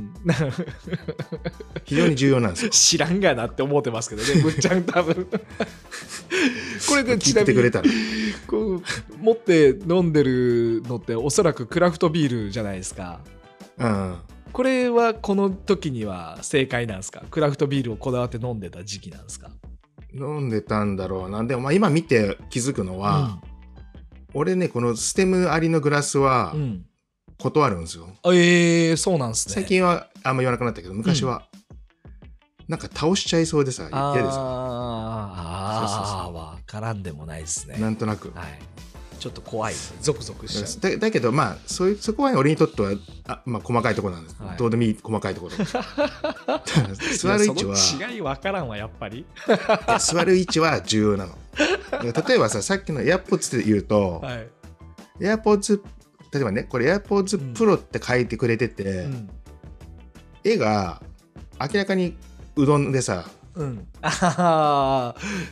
[SPEAKER 2] 非常に重要なんですよ。
[SPEAKER 1] 知らんがなって思ってますけどねむっちゃん多分これでちなみにこう持って飲んでるのっておそらくクラフトビールじゃないですか、うん、これはこの時には正解なんですか？クラフトビールをこだわって飲んでた時期なんですか？
[SPEAKER 2] 飲んでたんだろうな。でもまあ今見て気づくのは、うん、俺ねこのステムありのグラスは、うん断るんですよ。
[SPEAKER 1] えー、そうなんですね。
[SPEAKER 2] 最近はあんま言わなくなったけど昔は、うん、なんか倒しちゃいそうでさ嫌でさ
[SPEAKER 1] ああわからんでもないですね。
[SPEAKER 2] なんとなく、はい、
[SPEAKER 1] ちょっと怖いゾクゾクしちゃ
[SPEAKER 2] う。だ, だけどまあそういうそこは俺にとってはあ、まあ、細かいところなんです、はい、どうでもいい細かいところ座る位置は
[SPEAKER 1] その違いわからんわやっぱり
[SPEAKER 2] 座る位置は重要なの。例えばささっきの AirPods で言うと、はい、AirPods例えばねこれ AirPods Pro って書いてくれてて、うん、絵が明らかにうどんでさ、うん、あ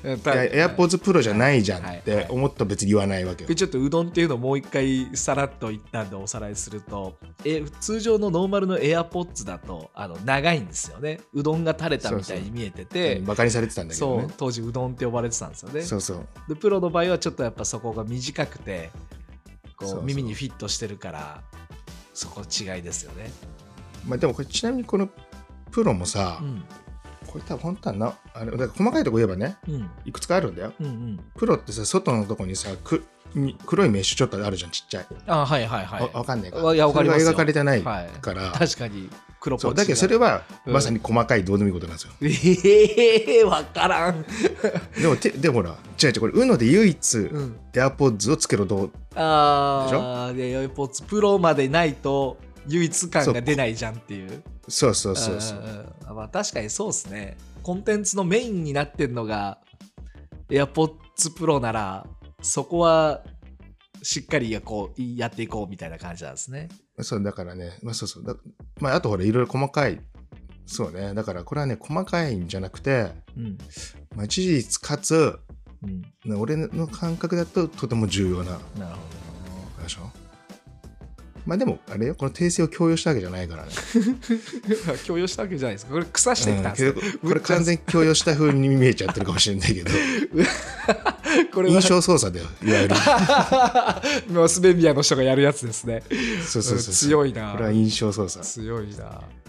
[SPEAKER 2] AirPods Pro じゃないじゃんって思ったら別に言わないわけよ、はいはい、
[SPEAKER 1] ちょっとうどんっていうのをもう一回さらっと言ったんでおさらいするとえ通常のノーマルの AirPods だとあの長いんですよね。うどんが垂れたみたいに見えてて
[SPEAKER 2] そうそうバカにされてたんだけどね。
[SPEAKER 1] そう当時うどんって呼ばれてたんですよね。
[SPEAKER 2] そうそう
[SPEAKER 1] でプロの場合はちょっとやっぱそこが短くてこうそうそう耳にフィットしてるからそこ違いですよね。
[SPEAKER 2] まあでもこれちなみにこのプロもさ、うん、これ多分本当はなあれだから細かいとこ言えばね、うん、いくつかあるんだよ、うんうん、プロってさ外のとこにさくに黒いメッシュちょっとあるじゃんちっちゃい。
[SPEAKER 1] あはいはいはい。
[SPEAKER 2] わかんないか。いや
[SPEAKER 1] わかりますよ。
[SPEAKER 2] それが描かれてないから。はい、
[SPEAKER 1] 確かに黒っぽい。
[SPEAKER 2] だけどそれはまさに細かいどうでもいいことなんですよ。
[SPEAKER 1] うん、ええー、わからん。
[SPEAKER 2] でもてでもほら違う違うこれ ユーノ で唯一、うん、AirPods をつけろどう
[SPEAKER 1] あでしょ。ああ AirPods Pro までないと唯一感が出ないじゃんっていう。
[SPEAKER 2] そうそうそうそう。
[SPEAKER 1] あまあ確かにそうですね。コンテンツのメインになってるのが AirPods Pro ならそこはしっかりやこうやっていこうみたいな感じなんですね。
[SPEAKER 2] そうだからね、まあそうそうだ、まああとほらいろいろ細かいそうねだからこれはね細かいんじゃなくて、うんまあ、事実かつ、うん、俺の感覚だととても重要な。なるほど。でしょ。まあでもあれよこの訂正を強要したわけじゃないからね。
[SPEAKER 1] 強要したわけじゃないですか。これ腐してきたんですよ、
[SPEAKER 2] うん、これ完全に強要した風に見えちゃってるかもしれないけど。これ印象操作だよいわゆる。
[SPEAKER 1] マスメディアの人がやるやつですね。
[SPEAKER 2] そうそうそう
[SPEAKER 1] 強いな。
[SPEAKER 2] これは印象操作。
[SPEAKER 1] 強いな。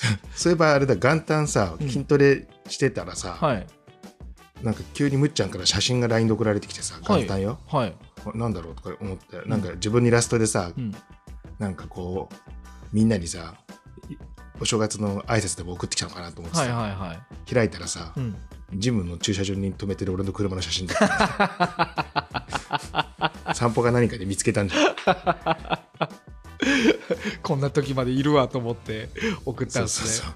[SPEAKER 2] そういえばあれだ、元旦さ筋トレしてたらさ、うん、はい、なんか急にむっちゃんから写真が ライン で送られてきてさ、元旦よ、はいはい、なんだろうとか思って、なんか自分にイラストでさ、うん、なんかこうみんなにさお正月の挨拶でも送ってきたのかなと思ってさ、はいはいはい、開いたらさ、うん、ジムの駐車場に止めてる俺の車の写真だった散歩か何かで見つけたんじゃん
[SPEAKER 1] こんな時までいるわと思って送ったんですね。そうそうそう、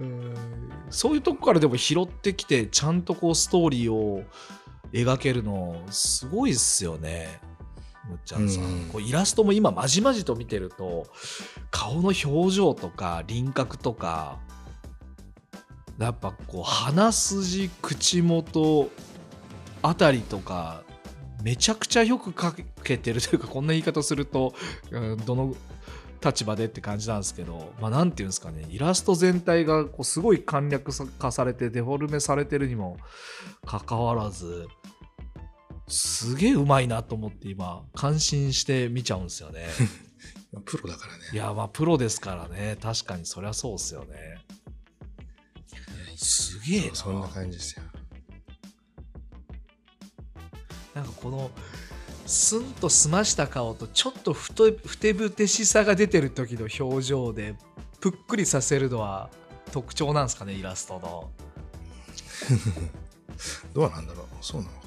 [SPEAKER 1] うーん、そういうとこからでも拾ってきてちゃんとこうストーリーを描けるのすごいっすよね、むっちゃんさん、うん、こうイラストも今まじまじと見てると顔の表情とか輪郭とかやっぱこう鼻筋口元あたりとかめちゃくちゃよく描けてるというか、こんな言い方すると、うん、どの立場でって感じなんですけど、まあなんていうんですかね、イラスト全体がこうすごい簡略化されてデフォルメされてるにもかかわらずすげえうまいなと思って今感心して見ちゃうんですよね
[SPEAKER 2] プロだからね。
[SPEAKER 1] いやまあプロですからね、確かにそりゃそうですよね。すげえな。
[SPEAKER 2] そ, そんな感じですよ。
[SPEAKER 1] なんかこのスンと澄ました顔とちょっとふとふてぶてしさが出てる時の表情でぷっくりさせるのは特徴なんですかね、イラストの
[SPEAKER 2] どうなんだろう、そうなのか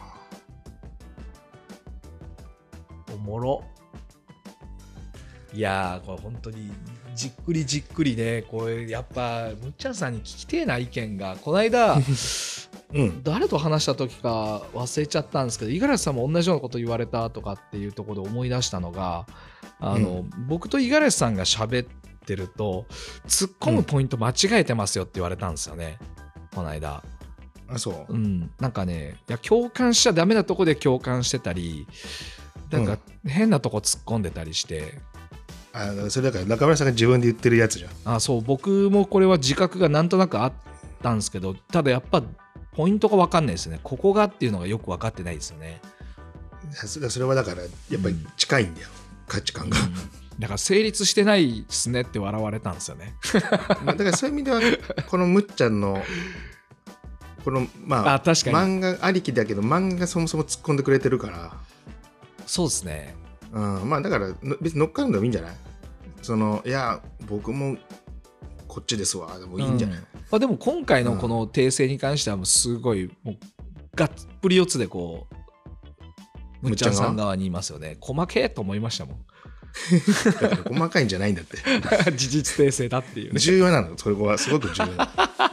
[SPEAKER 1] な。おもろ。いやーこれ本当にじっくりじっくりね、これやっぱむっちゃんさんに聞きてえな意見が、この間うん、誰と話した時か忘れちゃったんですけど、五十嵐さんも同じようなこと言われたとかっていうところで思い出したのが、あの、うん、僕と五十嵐さんが喋ってると突っ込むポイント間違えてますよって言われたんですよね、うん、この間。
[SPEAKER 2] あ、そう、
[SPEAKER 1] うん、なんかね、いや共感しちゃダメなとこで共感してたり、なんか変なとこ突っ込んでたりして、
[SPEAKER 2] うん、あ、それだから中村さんが自分で言ってるやつじゃん。
[SPEAKER 1] あ、そう、僕もこれは自覚がなんとなくあったんですけど、ただやっぱポイントが分かんないですね。ここがっていうのがよく分かってないですよね。
[SPEAKER 2] それはだからやっぱり近いんだよ、うん、価値観が、うん、
[SPEAKER 1] だから成立してないですねって笑われたんですよね
[SPEAKER 2] だからそういう意味ではこのむっちゃんのこのまあ、
[SPEAKER 1] あ、確かに
[SPEAKER 2] 漫画ありきだけど漫画がそもそも突っ込んでくれてるから、
[SPEAKER 1] そうですね、
[SPEAKER 2] うん、まあだから別に乗っかるのもいいんじゃない。そのいや僕もこっちですわでもいいんじゃない、うん、
[SPEAKER 1] まあ、でも今回のこの訂正に関してはもうすごいもうがっぷり四つでこうむっちゃんさん側にいますよね。細けえと思いましたもん
[SPEAKER 2] だから細かいんじゃないんだって
[SPEAKER 1] 事実訂正だっていう、ね、
[SPEAKER 2] 重要なの、それはすごく重要な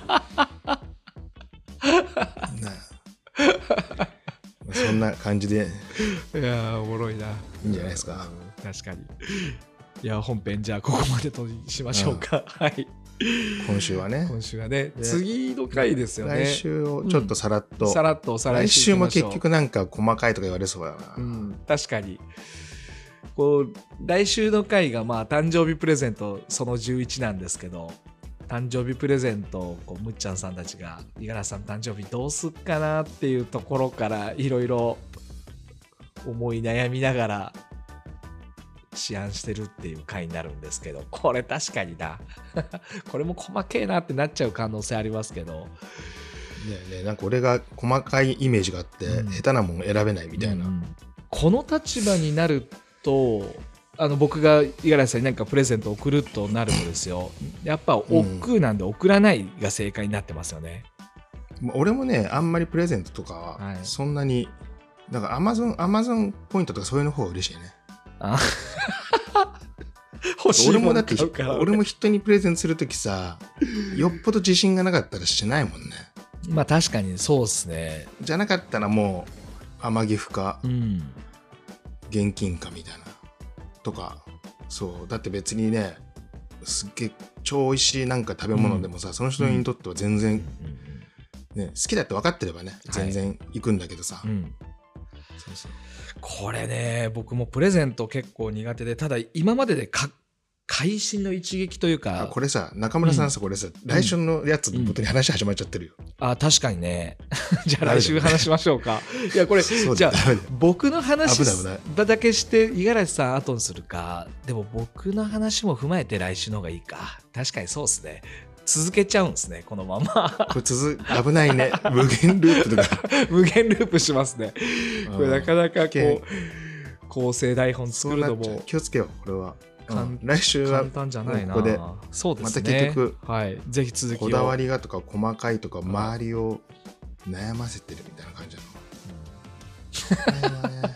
[SPEAKER 2] そんな感じで、
[SPEAKER 1] いやおもろいな、い
[SPEAKER 2] いんじゃないですか。
[SPEAKER 1] 確かに。いや本編じゃあここまでとしましょうか、うん、はい。
[SPEAKER 2] 今週はね、
[SPEAKER 1] 今週はね、次の回ですよね。
[SPEAKER 2] 来週をちょっとさらっと、うん、
[SPEAKER 1] さらっとおさらいしていきましょう。
[SPEAKER 2] 来週も結局なんか細かいとか言われそうだな、
[SPEAKER 1] うん、確かに。こう来週の回がまあ誕生日プレゼントそのじゅういちなんですけど、誕生日プレゼントをこうむっちゃんさんたちが五十嵐さん誕生日どうすっかなっていうところからいろいろ思い悩みながら思案してるっていう回になるんですけど、これ確かになこれも細けえなってなっちゃう可能性ありますけどね。
[SPEAKER 2] えねえ、なんか俺が細かいイメージがあって、うん、下手なもん選べないみたいな、うん、
[SPEAKER 1] この立場になるとあの僕が五十嵐さんに何かプレゼントを送るとなるとですよ、やっぱ億劫なんで送らないが正解になってますよね、
[SPEAKER 2] うん、俺もねあんまりプレゼントとかはそんなに、はい、だからアマゾンアマゾンポイントとかそういうの方が嬉しいね。あ欲しいもん買うから。俺もだって俺も人にプレゼントするときさよっぽど自信がなかったらしないもんね。
[SPEAKER 1] まあ確かにそうですね。
[SPEAKER 2] じゃなかったらもう天岐阜か、うん、現金かみたいなとか。そうだって別にねすっげえ超おいしいなんか食べ物でもさ、うん、その人にとっては全然、うんね、好きだって分かってればね全然行くんだけどさ、はい、うん、
[SPEAKER 1] そうそう。これね僕もプレゼント結構苦手で、ただ今まででか会心の一撃というか。
[SPEAKER 2] あ、これさ、中村さんさ、うん、これさ、来週のやつの元に話始まっちゃってるよ。うん、
[SPEAKER 1] あ、確かにね。じゃあ来週話しましょうか。いや、これ、じゃあ、僕の話だけして、五十嵐さん後にするか。でも僕の話も踏まえて来週の方がいいか。確かにそうですね。続けちゃうんですね、このまま。
[SPEAKER 2] これ続危ないね。無限ループとか。
[SPEAKER 1] 無限ループしますね。これなかなかこう、構成台本作るのも。
[SPEAKER 2] 気をつけよう、これは。うん、来週は
[SPEAKER 1] 簡単じゃないな。
[SPEAKER 2] ここで
[SPEAKER 1] そうですね。
[SPEAKER 2] また結局、
[SPEAKER 1] はい、ぜひ続きを。
[SPEAKER 2] こだわりがとか細かいとか周りを悩ませてるみたいな感じなの。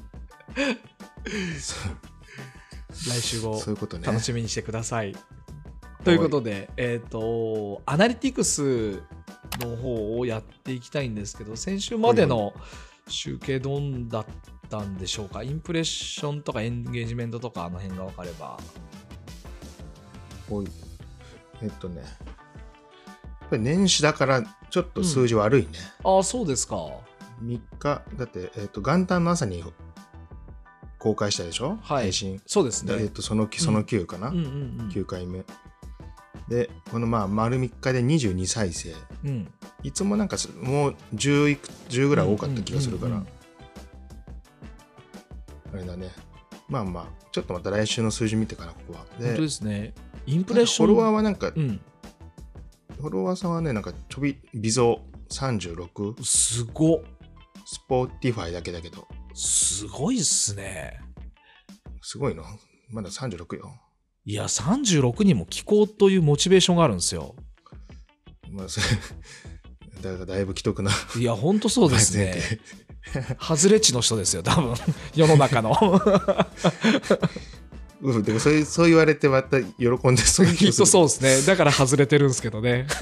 [SPEAKER 1] 来週を楽しみにしてください。ということで、えっとアナリティクスの方をやっていきたいんですけど、先週までの集計どんだったんでしょうか。インプレッションとかエンゲージメントとかあの辺が分かれば。
[SPEAKER 2] おいえっとねやっぱり年始だからちょっと数字悪いね。
[SPEAKER 1] うん、ああそうですか。
[SPEAKER 2] みっかだって、えっと、元旦の朝に公開したでしょ、はい、配信。
[SPEAKER 1] そうですね。
[SPEAKER 2] えっと、そのそのきゅうかな、うんうんうんうん、きゅうかいめで、このまあ丸みっかでにじゅうに再生、うん、いつもなんかもう 10, 10ぐらい多かった気がするから、うんうんうんうん、あれだね。まあまあちょっとまた来週の数字見てからここは。
[SPEAKER 1] で本当ですね。インプレッション
[SPEAKER 2] フォロワーはなんか、うん、フォロワーさんはねなんかちょび微増さんじゅうろく。
[SPEAKER 1] すごっ。
[SPEAKER 2] スポーティファイだけだけど
[SPEAKER 1] すごいっすね。
[SPEAKER 2] すごいのまださんじゅうろくよ。
[SPEAKER 1] いやさんじゅうろくにも聞こうというモチベーションがあるんですよ。
[SPEAKER 2] まあそれだからだいぶ既得な。
[SPEAKER 1] いやほんとそうですね。外れ値の人ですよ多分世の中の。
[SPEAKER 2] うん、でもそういうそう言われてまた喜んでそういう
[SPEAKER 1] きっとそうですね。だから外れてるんですけどね。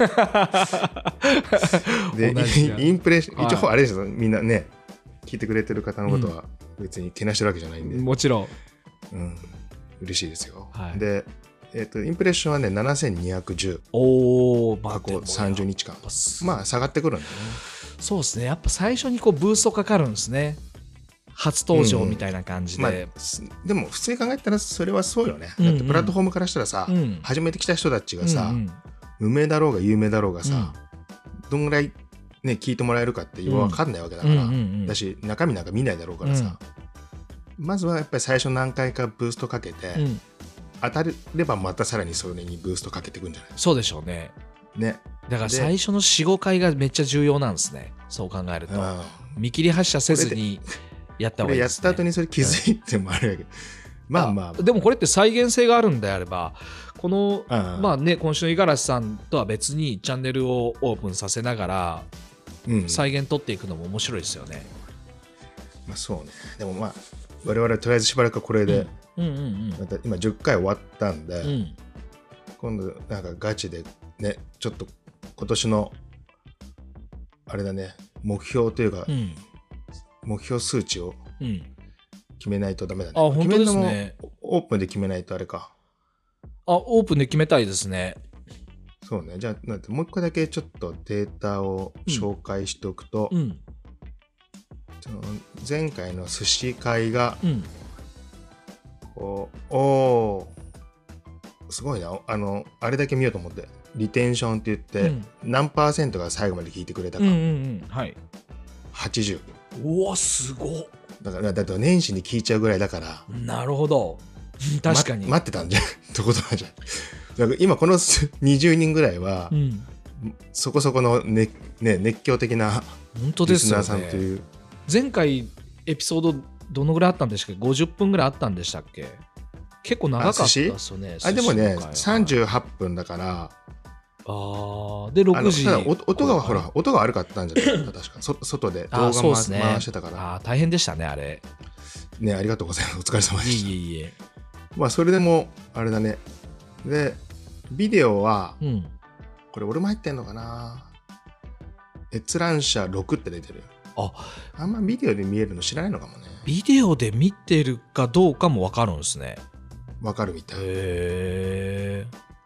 [SPEAKER 2] でインプレッション、はい、一応あれですよみんなね聞いてくれてる方のことは別にけなしてるわけじゃないんで、
[SPEAKER 1] うん、もちろん、
[SPEAKER 2] うん、嬉しいですよ。はい、で、えーと、インプレッションはねななせんにひゃくじゅう。
[SPEAKER 1] おー、
[SPEAKER 2] 過去さんじゅうにちかんまあ下がってくるんだよね。
[SPEAKER 1] そうですね。やっぱ最初にこうブーストかかるんですね。初登場みたいな感じで、うんま
[SPEAKER 2] あ、でも普通に考えたらそれはそうよね、うんうん、だってプラットフォームからしたらさ、うん、初めて来た人たちがさ、うんうん、無名だろうが有名だろうがさ、うん、どんぐらい、ね、聞いてもらえるかって分かんないわけだから、うんうんうんうん、だし中身なんか見ないだろうからさ、うん、まずはやっぱり最初何回かブーストかけて、うん、当たればまたさらにそれにブーストかけていくんじゃない？そうでしょうね。ねだから最初の よん,ご 回がめっちゃ重要なんですね。そう考えると見切り発車せずにやった方がいいですね。やった後にそれ気づいてもあれだけど、まあまあでもこれって再現性があるんであればこのまあね今週の五十嵐さんとは別にチャンネルをオープンさせながら再現取っていくのも面白いですよね。うん、まあそうね。でもまあ我々はとりあえずしばらくこれで、うんうんうんうん、また今じゅっかい終わったんで、うん、今度なんかガチでねちょっと今年のあれだね目標というか、うん目標数値を決めないとダメだね。あ、本当ですね。オープンで決めないとあれか。あ、オープンで決めたいですね。そうね。じゃあなんてもう一個だけちょっとデータを紹介しておくと、うん、その前回の寿司会が、うん、こうおーすごいなあのあれだけ見ようと思ってリテンションって言って、うん、何パーセントが最後まで聞いてくれたか、うんうんうん、はい、はちじゅう。うわすごっ。だからだって年始に聞いちゃうぐらいだから。なるほど確かに、ま、待ってたんじゃんってことなんじゃん。だから今このにじゅうにんぐらいは、うん、そこそこの、ねね、熱狂的なリスナーさんという。前回エピソードどのぐらいあったんでしたっけ？ごじゅっぷんぐらいあったんでしたっけ？結構長かったですよね。あでもねさんじゅうはっぷんだからあでろくじ音がほら音が悪かったんじゃないか確かそ外で動画回、ね、回してたからあ大変でしたねあれね。ありがとうございますお疲れ様でした。いえいえまあそれでもあれだね。でビデオは、うん、これ俺も入ってんのかな。閲覧者ろくって出てる。ああんまビデオで見えるの知らないのかもね。ビデオで見てるかどうかも分かるんですね。分かるみたい。へえ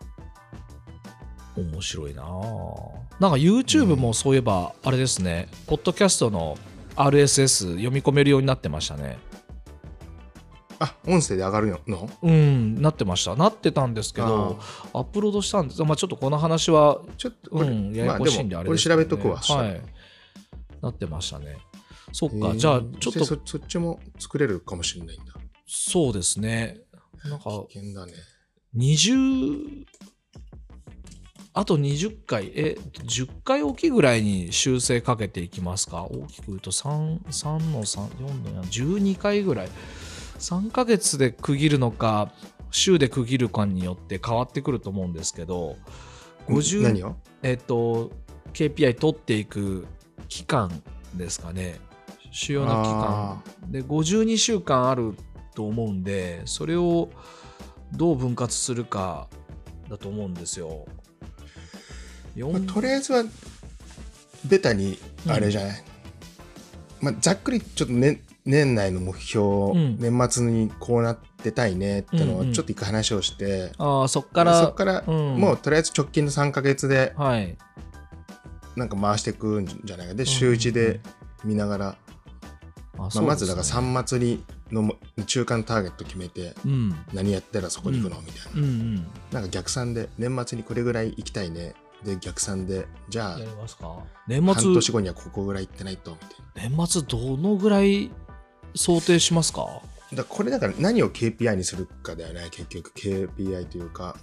[SPEAKER 2] 面白いな。なんか YouTube もそういえばあれですね、うん、ポッドキャストの アールエスエス 読み込めるようになってましたね。 あ、音声で上がるの？
[SPEAKER 1] うんなってました。なってたんですけどアップロードしたんです。まあちょっとこの話は
[SPEAKER 2] ちょっとこれ、
[SPEAKER 1] うん、ややこしいんであれですけど、ね、
[SPEAKER 2] まあ、でもこれ調べとくわ。
[SPEAKER 1] はい、なってましたね。そっか、じゃあちょっと
[SPEAKER 2] そ, そっちも作れるかもしれないんだ。
[SPEAKER 1] そうですね。なんか
[SPEAKER 2] 危険だね。
[SPEAKER 1] にじゅうあとにじゅっかいえじゅっかいおきぐらいに修正かけていきますか。大きく言うとさん、さんのさん、よんのよん、じゅうにかいぐらい、さんかげつで区切るのか週で区切るかによって変わってくると思うんですけど、ごじゅう
[SPEAKER 2] 何を
[SPEAKER 1] えっと ケーピーアイ 取っていく期間ですかね。主要な期間でごじゅうにしゅうかんあると思うんで、それをどう分割するかだと思うんですよ。
[SPEAKER 2] まあ、とりあえずはベタにあれじゃない、うんまあ、ざっくりちょっと、ね、年内の目標、うん、年末にこうなってたいねってのをちょっと一回話をして、うんうん、
[SPEAKER 1] あそっから
[SPEAKER 2] そっから、うん、もうとりあえず直近のさんかげつでなんか回していくんじゃないかで、週いちで見ながら、うんまあ、まずだからさん末にの中間ターゲット決めて、うん、何やったらそこに行くのみたいな、うんうん、なんか逆算で年末にこれぐらい行きたいねで逆算でじゃあ
[SPEAKER 1] やりますか。年末
[SPEAKER 2] 半年後にはここぐらい行ってないとみたい
[SPEAKER 1] な。年末どのぐらい想定しますか。
[SPEAKER 2] だこれだから何を ケーピーアイ にするかだよね結局 ケーピーアイ というか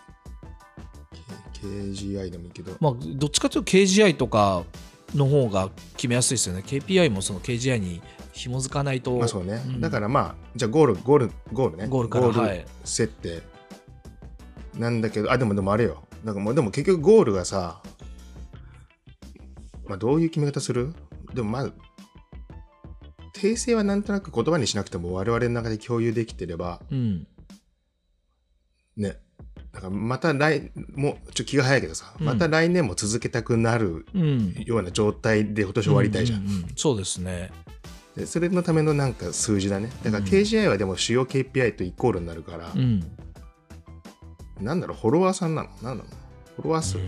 [SPEAKER 2] ケージーアイ でもいいけど、
[SPEAKER 1] まあどっちかというと ケージーアイ とかの方が決めやすいですよね。 ケーピーアイ もその ケージーアイ に紐づかないと。
[SPEAKER 2] まあそうね、うん、だからまあじゃあゴールゴールゴールね
[SPEAKER 1] ゴールからゴール
[SPEAKER 2] 設定なんだけど、あでもでもあれよなんかもうでも結局ゴールがさまあ、どういう決め方する？でもまず訂正はなんとなく言葉にしなくても我々の中で共有できてれば、うん、ねだからまた来もうちょっと気が早いけどさ、うん、また来年も続けたくなるような状態で今年終わりたいじゃん、うんうんうん、
[SPEAKER 1] そうですね。
[SPEAKER 2] でそれのためのなんか数字だね。だから ケージーアイ はでも主要 ケーピーアイ とイコールになるから、うん、なんだろうフォロワーさんなのなんなのフォロワー数、うん、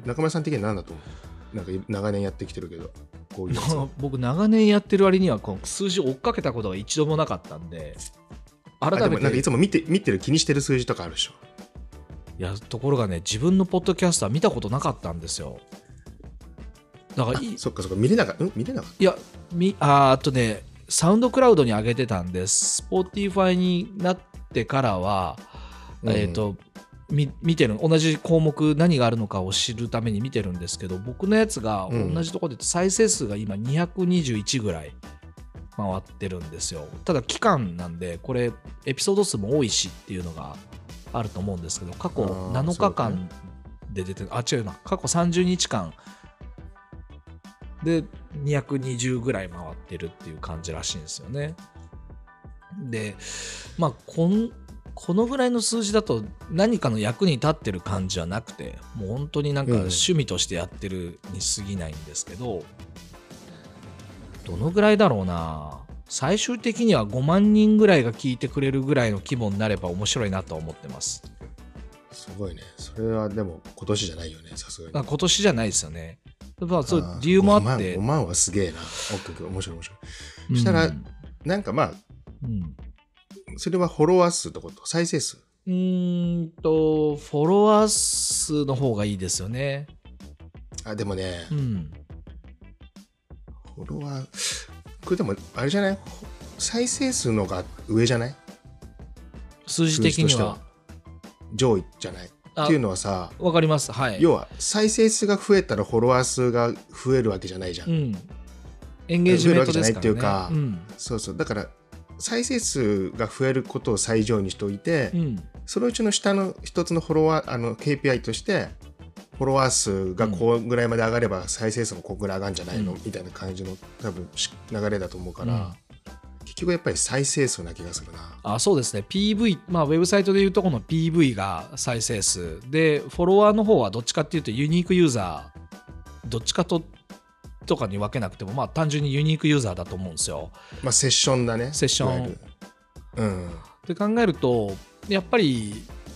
[SPEAKER 2] 中村さん的には何だと思う？なんか長年やってきてるけどこういう
[SPEAKER 1] 僕長年やってる割にはこの数字を追っかけたことが一度もなかったんで改めて。
[SPEAKER 2] でもなんかいつも見て見てる気にしてる数字とかあるでしょ。
[SPEAKER 1] いやところがね自分のポッドキャストは見たことなかったんですよ。だから
[SPEAKER 2] そっかそっか見れなかったん見れなかった
[SPEAKER 1] いやみああとねサウンドクラウドに上げてたんです。Spotifyになってからは、うん、えっ、ー、と見てる同じ項目何があるのかを知るために見てるんですけど、僕のやつが同じところで再生数が今にひゃくにじゅういちぐらい回ってるんですよ。ただ期間なんでこれエピソード数も多いしっていうのがあると思うんですけど、過去なのかかんで出てる、あ違うな過去さんじゅうにちかんでにひゃくにじゅうぐらい回ってるっていう感じらしいんですよね。でまあこんこのぐらいの数字だと何かの役に立ってる感じはなくて、もう本当になんか趣味としてやってるに過ぎないんですけど、どのぐらいだろうな、最終的にはごまんにんぐらいが聞いてくれるぐらいの規模になれば面白いなと思ってます。
[SPEAKER 2] すごいね。それはでも今年じゃないよね、さすがに。
[SPEAKER 1] 今年じゃないですよね。まあそう理由もあって。
[SPEAKER 2] ごまんはすげえな。面白い面白い。そしたら、うん、なんかまあ、うんそれはフォロワー数ってこと再生数
[SPEAKER 1] うーんとフォロワー数の方がいいですよね。
[SPEAKER 2] あでもね、うん、フォロワーこれでもあれじゃない再生数のが上じゃない
[SPEAKER 1] 数字的には
[SPEAKER 2] 上位じゃないっていうのはさ
[SPEAKER 1] わかります、はい、
[SPEAKER 2] 要は再生数が増えたらフォロワー数が増えるわけじゃないじゃん、うん、
[SPEAKER 1] エンゲージメントですからね。増えるわけじゃないっていう
[SPEAKER 2] か、うん、そうそうだから再生数が増えることを最上にしておいて、うん、そのうちの下の一つのフォロワーあの ケーピーアイ としてフォロワー数がこうぐらいまで上がれば再生数もこうぐらい上がるんじゃないの、うん、みたいな感じの多分流れだと思うから、うん、結局やっぱり再生数な気がするな。
[SPEAKER 1] あそうですね ピーブイ、まあ、ウェブサイトでいうとこの ピーブイ が再生数でフォロワーの方はどっちかっていうとユニークユーザーどっちかととかに分けなくてもまあ単純にユニークユーザーだと思うんですよ。
[SPEAKER 2] まあセッションだね。
[SPEAKER 1] セッション
[SPEAKER 2] うん
[SPEAKER 1] って考えるとやっぱり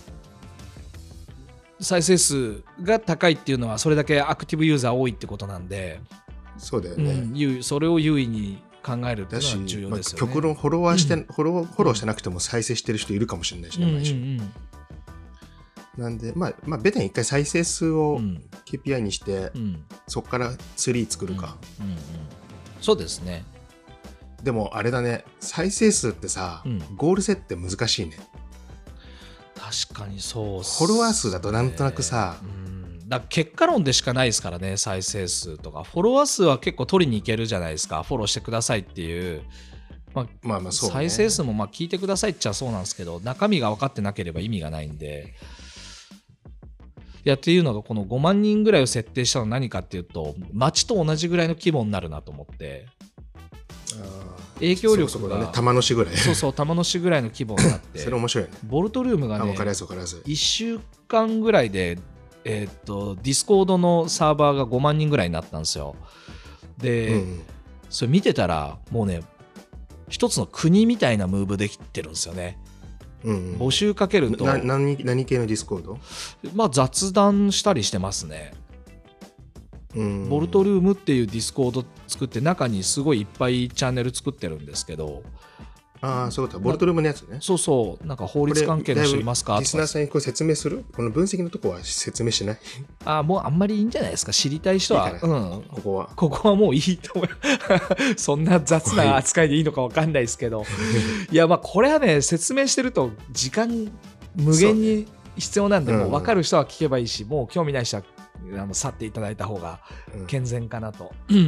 [SPEAKER 1] 再生数が高いっていうのはそれだけアクティブユーザー多いってことなんで
[SPEAKER 2] そうだよね、
[SPEAKER 1] うん、それを優位に考えるっていうのは重要ですよね。
[SPEAKER 2] まあ、極論フォロワーして、うん、フォロー、フォローしてなくても再生してる人いるかもしれないしね、毎週。うんうんうん、なんで、まあ、まあ、ベタに一回再生数を ケーピーアイ にして、うん、そこからツリー作るか、
[SPEAKER 1] うんうんうん。そうですね。
[SPEAKER 2] でもあれだね、再生数ってさ、うん、ゴール設定難しいね。
[SPEAKER 1] 確かにそうっす
[SPEAKER 2] ね。フォロワー数だとなんとなくさ、
[SPEAKER 1] うん、だ結果論でしかないですからね、再生数とか。フォロワー数は結構取りに行けるじゃないですか、フォローしてくださいっていう。まあ、まあまあそうね、再生数もまあ聞いてくださいっちゃそうなんですけど、中身が分かってなければ意味がないんで。いやっていうのがこのごまん人ぐらいを設定したのは何かっていうと、街と同じぐらいの規模になるなと思って。影響力が
[SPEAKER 2] そうそうね、玉の市ぐらい
[SPEAKER 1] そうそう玉の市ぐらいの規模になって
[SPEAKER 2] それ面白いね。
[SPEAKER 1] ボルトルームがねいっしゅうかんぐらいで、えー、っとディスコードのサーバーがごまん人ぐらいになったんですよ。で、うん、それ見てたらもうね一つの国みたいなムーブできてるんですよね。うんうん、募集かけると
[SPEAKER 2] な 何, 何系のディスコード？
[SPEAKER 1] まあ雑談したりしてますね。ボルトルームっていうディスコード作って中にすごいいっぱいチャンネル作ってるんですけど。
[SPEAKER 2] ああ、そうだ、ボルトルームのやつね。
[SPEAKER 1] そうそう、なんか法律関係の人いますかとか。
[SPEAKER 2] リスナーさんにこう説明する？この分析のとこは説明しない？
[SPEAKER 1] ああ、もうあんまりいいんじゃないですか、知りたい人は。いいうん、
[SPEAKER 2] ここは。
[SPEAKER 1] ここはもういいと思う。そんな雑な扱いでいいのか分かんないですけど。いや、まあこれはね、説明してると時間無限に必要なんで、もう分かる人は聞けばいいし、もう興味ない人はあの去っていただいた方が健全かなと、うんうん、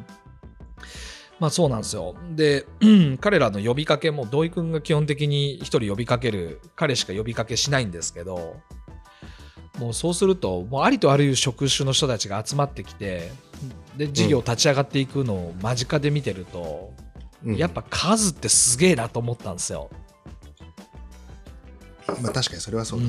[SPEAKER 1] まあそうなんですよ。で、うん、彼らの呼びかけも土井くんが基本的に一人呼びかける、彼しか呼びかけしないんですけど、もうそうするともうありとあらゆる職種の人たちが集まってきて、で事業立ち上がっていくのを間近で見てると、うん、やっぱ数ってすげえなと思ったんですよ。
[SPEAKER 2] まあ確かにそれはそうだ、うん、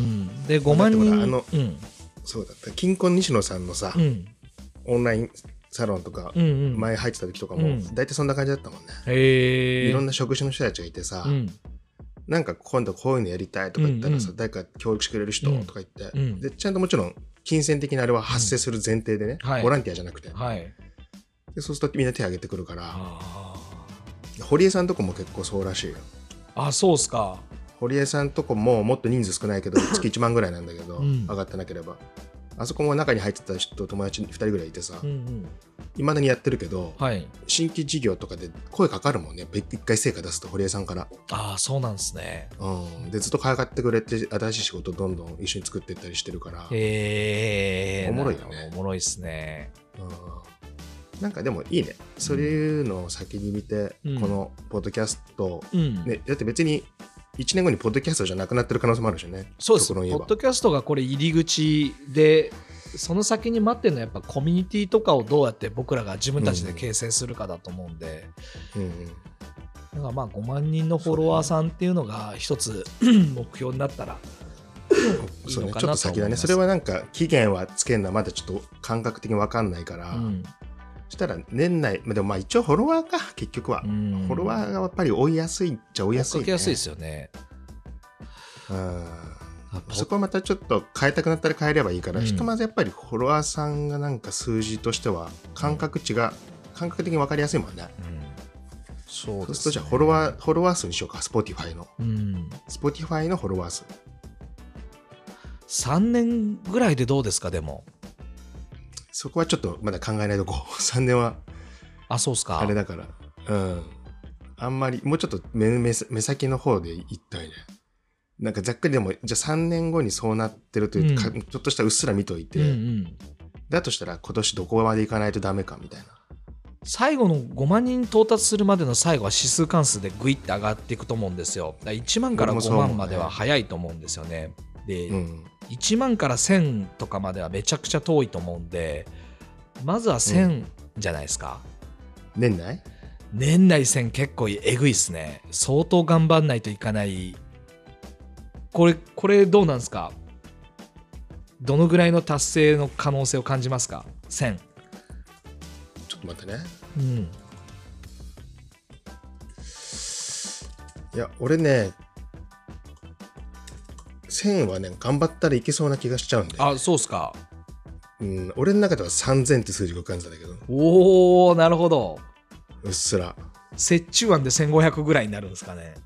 [SPEAKER 1] でごまん人、
[SPEAKER 2] あの、うん、そうだった金婚西野さんのさ、うん、オンラインサロンとか前入ってた時とかも大体そんな感じだったもんね、うん、いろんな職種の人たちがいてさ、うん、なんか今度こういうのやりたいとか言ったらさ、うんうん、誰か協力してくれる人とか言って、うん、でちゃんともちろん金銭的なあれは発生する前提でね、うんはい、ボランティアじゃなくて、はい、でそうするとみんな手挙げてくるから、堀江さんとこも結構そうらしいよ。
[SPEAKER 1] あ、そうっすか。
[SPEAKER 2] 堀江さんとこももっと人数少ないけど月いちまんぐらいなんだけど、うん、上がってなければあそこも中に入ってた人友達ふたりぐらいいてさ、いま、うんうん、だにやってるけど、はい、新規事業とかで声かかるもんね。一回成果出すと堀江さんから。
[SPEAKER 1] ああ、そうなんですね、
[SPEAKER 2] うん、でずっとかかってくれて新しい仕事どんどん一緒に作っていったりしてるから。
[SPEAKER 1] へえ、
[SPEAKER 2] おもろいよね。
[SPEAKER 1] おもろいっすね、
[SPEAKER 2] うん、なんかでもいいね、そういうのを先に見て、うん、このポッドキャスト、うんね、だって別にいちねんごにポッドキャストじゃなくなってる可能性もあるしね。
[SPEAKER 1] そうです。ポッドキャストがこれ入り口で、その先に待ってるのはやっぱコミュニティとかをどうやって僕らが自分たちで形成するかだと思うんで、うんうん、だからまあごまん人のフォロワーさんっていうのが一つ目標になったらいいのかなと思います。そうね、ちょっと先だね。それはなんか期限はつけるのはまだちょっと感覚的に分かんないから、うん、そしたら年内、でもまあ一応フォロワーか、結局は。フォロワーがやっぱり追いやすいっちゃ追いやすいね。追いかけやすいですよね。
[SPEAKER 2] うん、そこはまたちょっと変えたくなったら変えればいいから、うん、ひとまずやっぱりフォロワーさんがなんか数字としては感覚値が、うん、感覚的に分かりやすいもんね。うん、そうですね。そうするとじゃあフォロワー、フォロワー数にしようか、Spotify の。うん、Spotify のフォロワー数。
[SPEAKER 1] さんねんぐらいでどうですか、でも。
[SPEAKER 2] そこはちょっとまだ考えないとこう。さんねんは。
[SPEAKER 1] あ、そうっすか。
[SPEAKER 2] あれだから。うん。あんまり、もうちょっと 目, 目, 目先の方でいったいね。なんかざっくりでも、じゃあさんねんごにそうなってるというか、うん、ちょっとしたうっすら見といて、うんうん、だとしたら今年どこまでいかないとダメかみたいな。
[SPEAKER 1] 最後のごまん人到達するまでの最後は指数関数でグイッて上がっていくと思うんですよ。だからいちまんからごまんまでは早いと思うんですよね。で、うん、いちまんからせんとかまではめちゃくちゃ遠いと思うんで、まずはせんじゃないですか。
[SPEAKER 2] うん、年内
[SPEAKER 1] 年内せん結構えぐいっすね。相当頑張んないといかない。これ、これどうなんですか？どのぐらいの達成の可能性を感じますか？せん。
[SPEAKER 2] ちょっと待ってね。
[SPEAKER 1] うん。
[SPEAKER 2] いや、俺ね、せんはね、頑張ったらいけそうな気がしちゃうんで。
[SPEAKER 1] あ、そうっすか。
[SPEAKER 2] うん、俺の中ではさんぜんって数字が浮かんでたんだけど。
[SPEAKER 1] おー、なるほど。
[SPEAKER 2] うっすら。
[SPEAKER 1] 折衷案でせんごひゃくぐらいになるんですかね。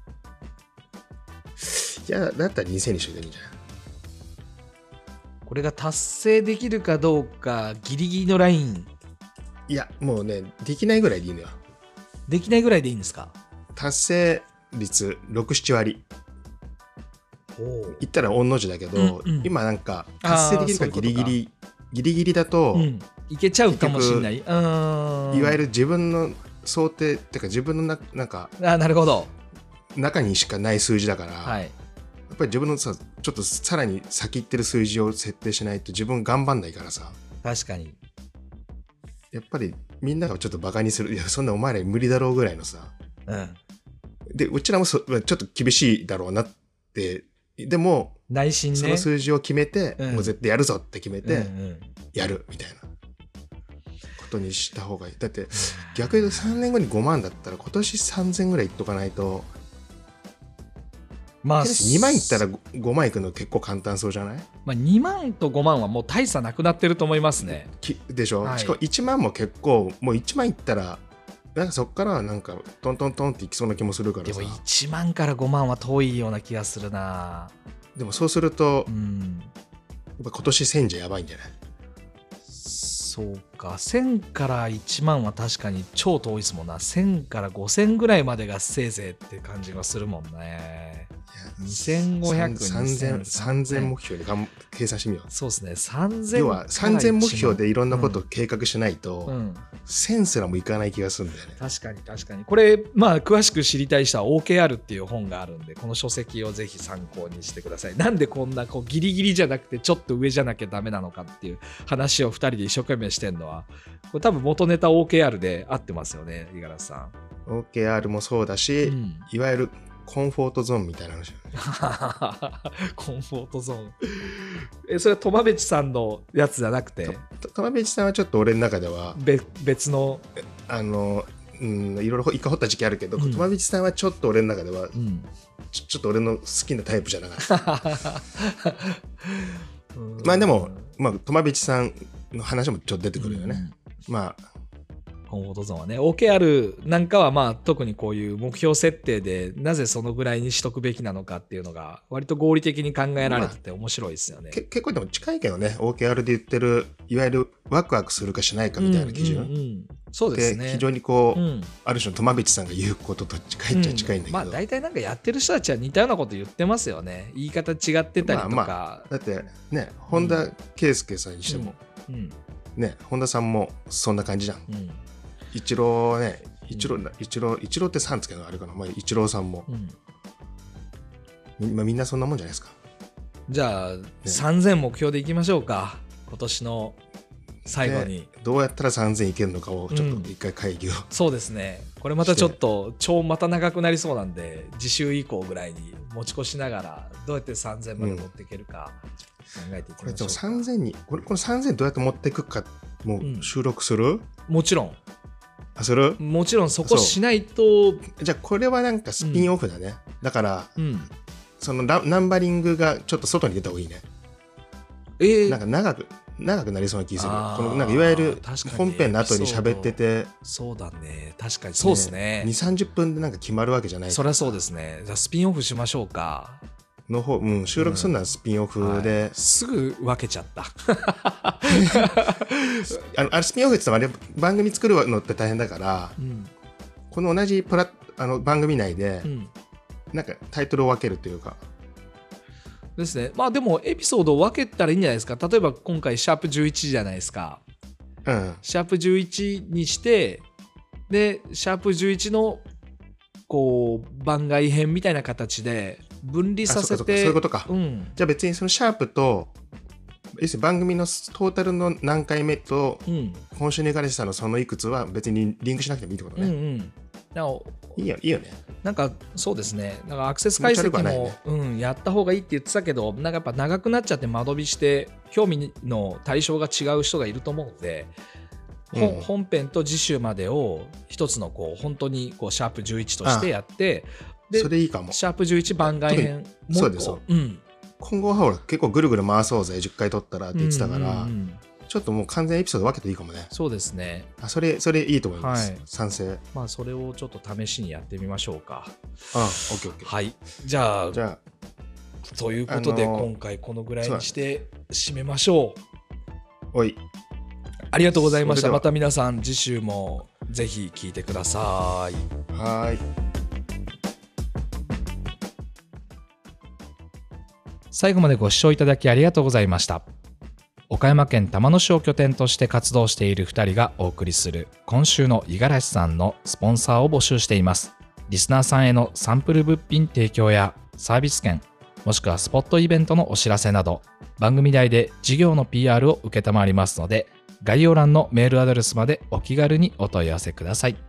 [SPEAKER 2] いやだったらにせんにしといていいんじゃない。
[SPEAKER 1] これが達成できるかどうかギリギリのライン。
[SPEAKER 2] いやもうねできないぐらいでいいのよ。
[SPEAKER 1] できないぐらいでいいんですか。
[SPEAKER 2] 達成率ろく、なな割言ったら御の字だけど、うんうん、今なんか達成できるかギリギリギリギリだと、うん、
[SPEAKER 1] いけちゃうかもしれない。
[SPEAKER 2] うんいわゆる自分の想定っていうか自分のななんか
[SPEAKER 1] あなるほど
[SPEAKER 2] 中にしかない数字だから、
[SPEAKER 1] はい、
[SPEAKER 2] やっぱり自分のさちょっとさらに先行ってる数字を設定しないと自分頑張んないからさ。
[SPEAKER 1] 確かに
[SPEAKER 2] やっぱりみんながちょっとバカにするいやそんなお前ら無理だろうぐらいのさ、
[SPEAKER 1] うん、
[SPEAKER 2] でうちらもそちょっと厳しいだろうなってでも
[SPEAKER 1] 内心ね
[SPEAKER 2] その数字を決めて、うん、もう絶対やるぞって決めて、
[SPEAKER 1] うんうん、
[SPEAKER 2] やるみたいなことにした方がいい。だって逆に言うとさんねんごにごまんだったら今年さんぜんぐらいいっとかないと、まあにまんいったらごまんいくの結構簡単そうじゃない？
[SPEAKER 1] まあ、にまんとごまんはもう大差なくなってると思いますね。
[SPEAKER 2] でしょ、
[SPEAKER 1] はい、
[SPEAKER 2] しかもいちまんも結構もういちまんいったらなんかそっからなんかトントントンっていきそうな気もするからさ。
[SPEAKER 1] でもいちまんからごまんは遠いような気がするな。
[SPEAKER 2] でもそうすると、
[SPEAKER 1] うん、
[SPEAKER 2] やっぱ今年せんじゃやばいんじゃない？
[SPEAKER 1] そうかせんからいちまんは確かに超遠いですもんな。せんからごせんぐらいまでがせいぜいって感じがするもんね。にせんごひゃく、
[SPEAKER 2] さんぜん、さんぜん目標で計算してみよう。
[SPEAKER 1] そうですね。さんぜん。
[SPEAKER 2] 要はさんぜん目標でいろんなことを計画しないと、うん、せんすらもいかない気がするんだよね。
[SPEAKER 1] 確かに確かに。これ、まあ、詳しく知りたい人は オーケーアール っていう本があるんで、この書籍をぜひ参考にしてください。なんでこんなこうギリギリじゃなくてちょっと上じゃなきゃダメなのかっていう話をふたりで一生懸命してるのは、これ多分元ネタ オーケーアール で合ってますよね、五十嵐さん。
[SPEAKER 2] オーケーアール もそうだし、うん、いわゆるコンフォートゾーンみたいな話、ね、
[SPEAKER 1] コンフォートゾーンえそれはトマベチさんのやつじゃなくて、
[SPEAKER 2] トマベチさんはちょっと俺の中では
[SPEAKER 1] 別の
[SPEAKER 2] あの、うん、いろいろ一回掘った時期あるけど、うん、トマベチさんはちょっと俺の中では、うん、ちょ、ちょっと俺の好きなタイプじゃなかったまあでも、まあ、トマベチさんの話もちょっと出てくるよね、うん、まあ
[SPEAKER 1] コンフォートゾーンはね オーケーアール なんかはまあ特にこういう目標設定でなぜそのぐらいにしとくべきなのかっていうのが割と合理的に考えられてて面白いですよね、
[SPEAKER 2] まあ、結構でも近いけどね オーケーアール で言ってるいわゆるワクワクするかしないかみたいな基準、うんうんうん、
[SPEAKER 1] そうですね。
[SPEAKER 2] 非常にこう、うん、ある種のトマベチさんが言うことと近いっちゃ近いんだけど、
[SPEAKER 1] うん、まあ大体なんかやってる人たちは似たようなこと言ってますよね。言い方違ってたりとか、まあま
[SPEAKER 2] あ、だってね本田圭佑さんにしても、うんうん、ね本田さんもそんな感じじゃん、うんイチローね、イチロー、イチロー、イチローってさんつけのあれかな、まあ、イチローさんも、うん、み, まあ、みんなそんなもんじゃないですか。
[SPEAKER 1] じゃあ、ね、さんぜん目標でいきましょうか、今年の最後に。
[SPEAKER 2] どうやったらさんぜんいけるのかをちょっと一回会議を、うん、
[SPEAKER 1] そうですね。これまたちょっと超また長くなりそうなんで、次週以降ぐらいに持ち越しながらどうやってさんぜんまで持っていけるか考えていきましょうか。
[SPEAKER 2] これでもさんぜんにこれこのさんぜんどうやって持っていくかもう収録する？うん、
[SPEAKER 1] もちろん。
[SPEAKER 2] する？
[SPEAKER 1] もちろんそこしないと。
[SPEAKER 2] じゃあこれはなんかスピンオフだね、うん、だから、うん、そのナンバリングがちょっと外に出た方がいいね。えー、なんか長く長くなりそうな気がする。このなんかいわゆる本編の後に喋ってて、
[SPEAKER 1] そうだね、確かにそうですね。
[SPEAKER 2] にじゅう、さんじゅっぷんでなんか決まるわけじゃない。
[SPEAKER 1] そりゃそうですね。じゃあスピンオフしましょうか。
[SPEAKER 2] の方、うん、収録するのはスピンオフで、うんはい、
[SPEAKER 1] すぐ分けちゃった
[SPEAKER 2] あのあれスピンオフって言ってもあれ番組作るのって大変だから、うん、この同じプラあの番組内で、うん、なんかタイトルを分けるというか
[SPEAKER 1] ですね。まあでもエピソードを分けたらいいんじゃないですか。例えば今回シャープじゅういちじゃないですか、うん、シャープじゅういちにしてでシャープじゅういちのこう番外編みたいな形で分離させて、
[SPEAKER 2] そういうことか、うん、じゃあ別にそのシャープと要するに番組のトータルの何回目と、うん、今週に行かれてたのそのいくつは別にリンクしなくてもいいってことね、うんうん、いいよいいよね。
[SPEAKER 1] なんかそうですね。なんかアクセス解析も、ねうん、やった方がいいって言ってたけど、なんかやっぱ長くなっちゃって間延びして興味の対象が違う人がいると思うので、うん、本編と次週までを一つのこう本当にこうシャープじゅういちとしてやって、
[SPEAKER 2] でそれいいかも。
[SPEAKER 1] シャープじゅういち番外編
[SPEAKER 2] もそうです、うん、今後はほら結構ぐるぐる回そうぜじゅっかい撮ったらって言ってたから、うんうんうん、 ちょっともう完全エピソード分けていいかもね。
[SPEAKER 1] そうですね。
[SPEAKER 2] あ、それそれいいと思います、
[SPEAKER 1] はい、
[SPEAKER 2] 賛成。
[SPEAKER 1] まあそれをちょっと試しにやってみましょうか。
[SPEAKER 2] あ、オッケーオッケー。
[SPEAKER 1] はい、じゃあ
[SPEAKER 2] じゃ
[SPEAKER 1] あということで、今回このぐらいにして締めましょう。
[SPEAKER 2] おい、
[SPEAKER 1] ありがとうございました。また皆さん次週もぜひ聞いてください。
[SPEAKER 2] はい。
[SPEAKER 1] 最後までご視聴いただきありがとうございました。岡山県玉野市を拠点として活動しているふたりがお送りする今週の五十嵐さんのスポンサーを募集しています。リスナーさんへのサンプル物品提供やサービス券、もしくはスポットイベントのお知らせなど、番組内で事業の ピーアール を承りますので、概要欄のメールアドレスまでお気軽にお問い合わせください。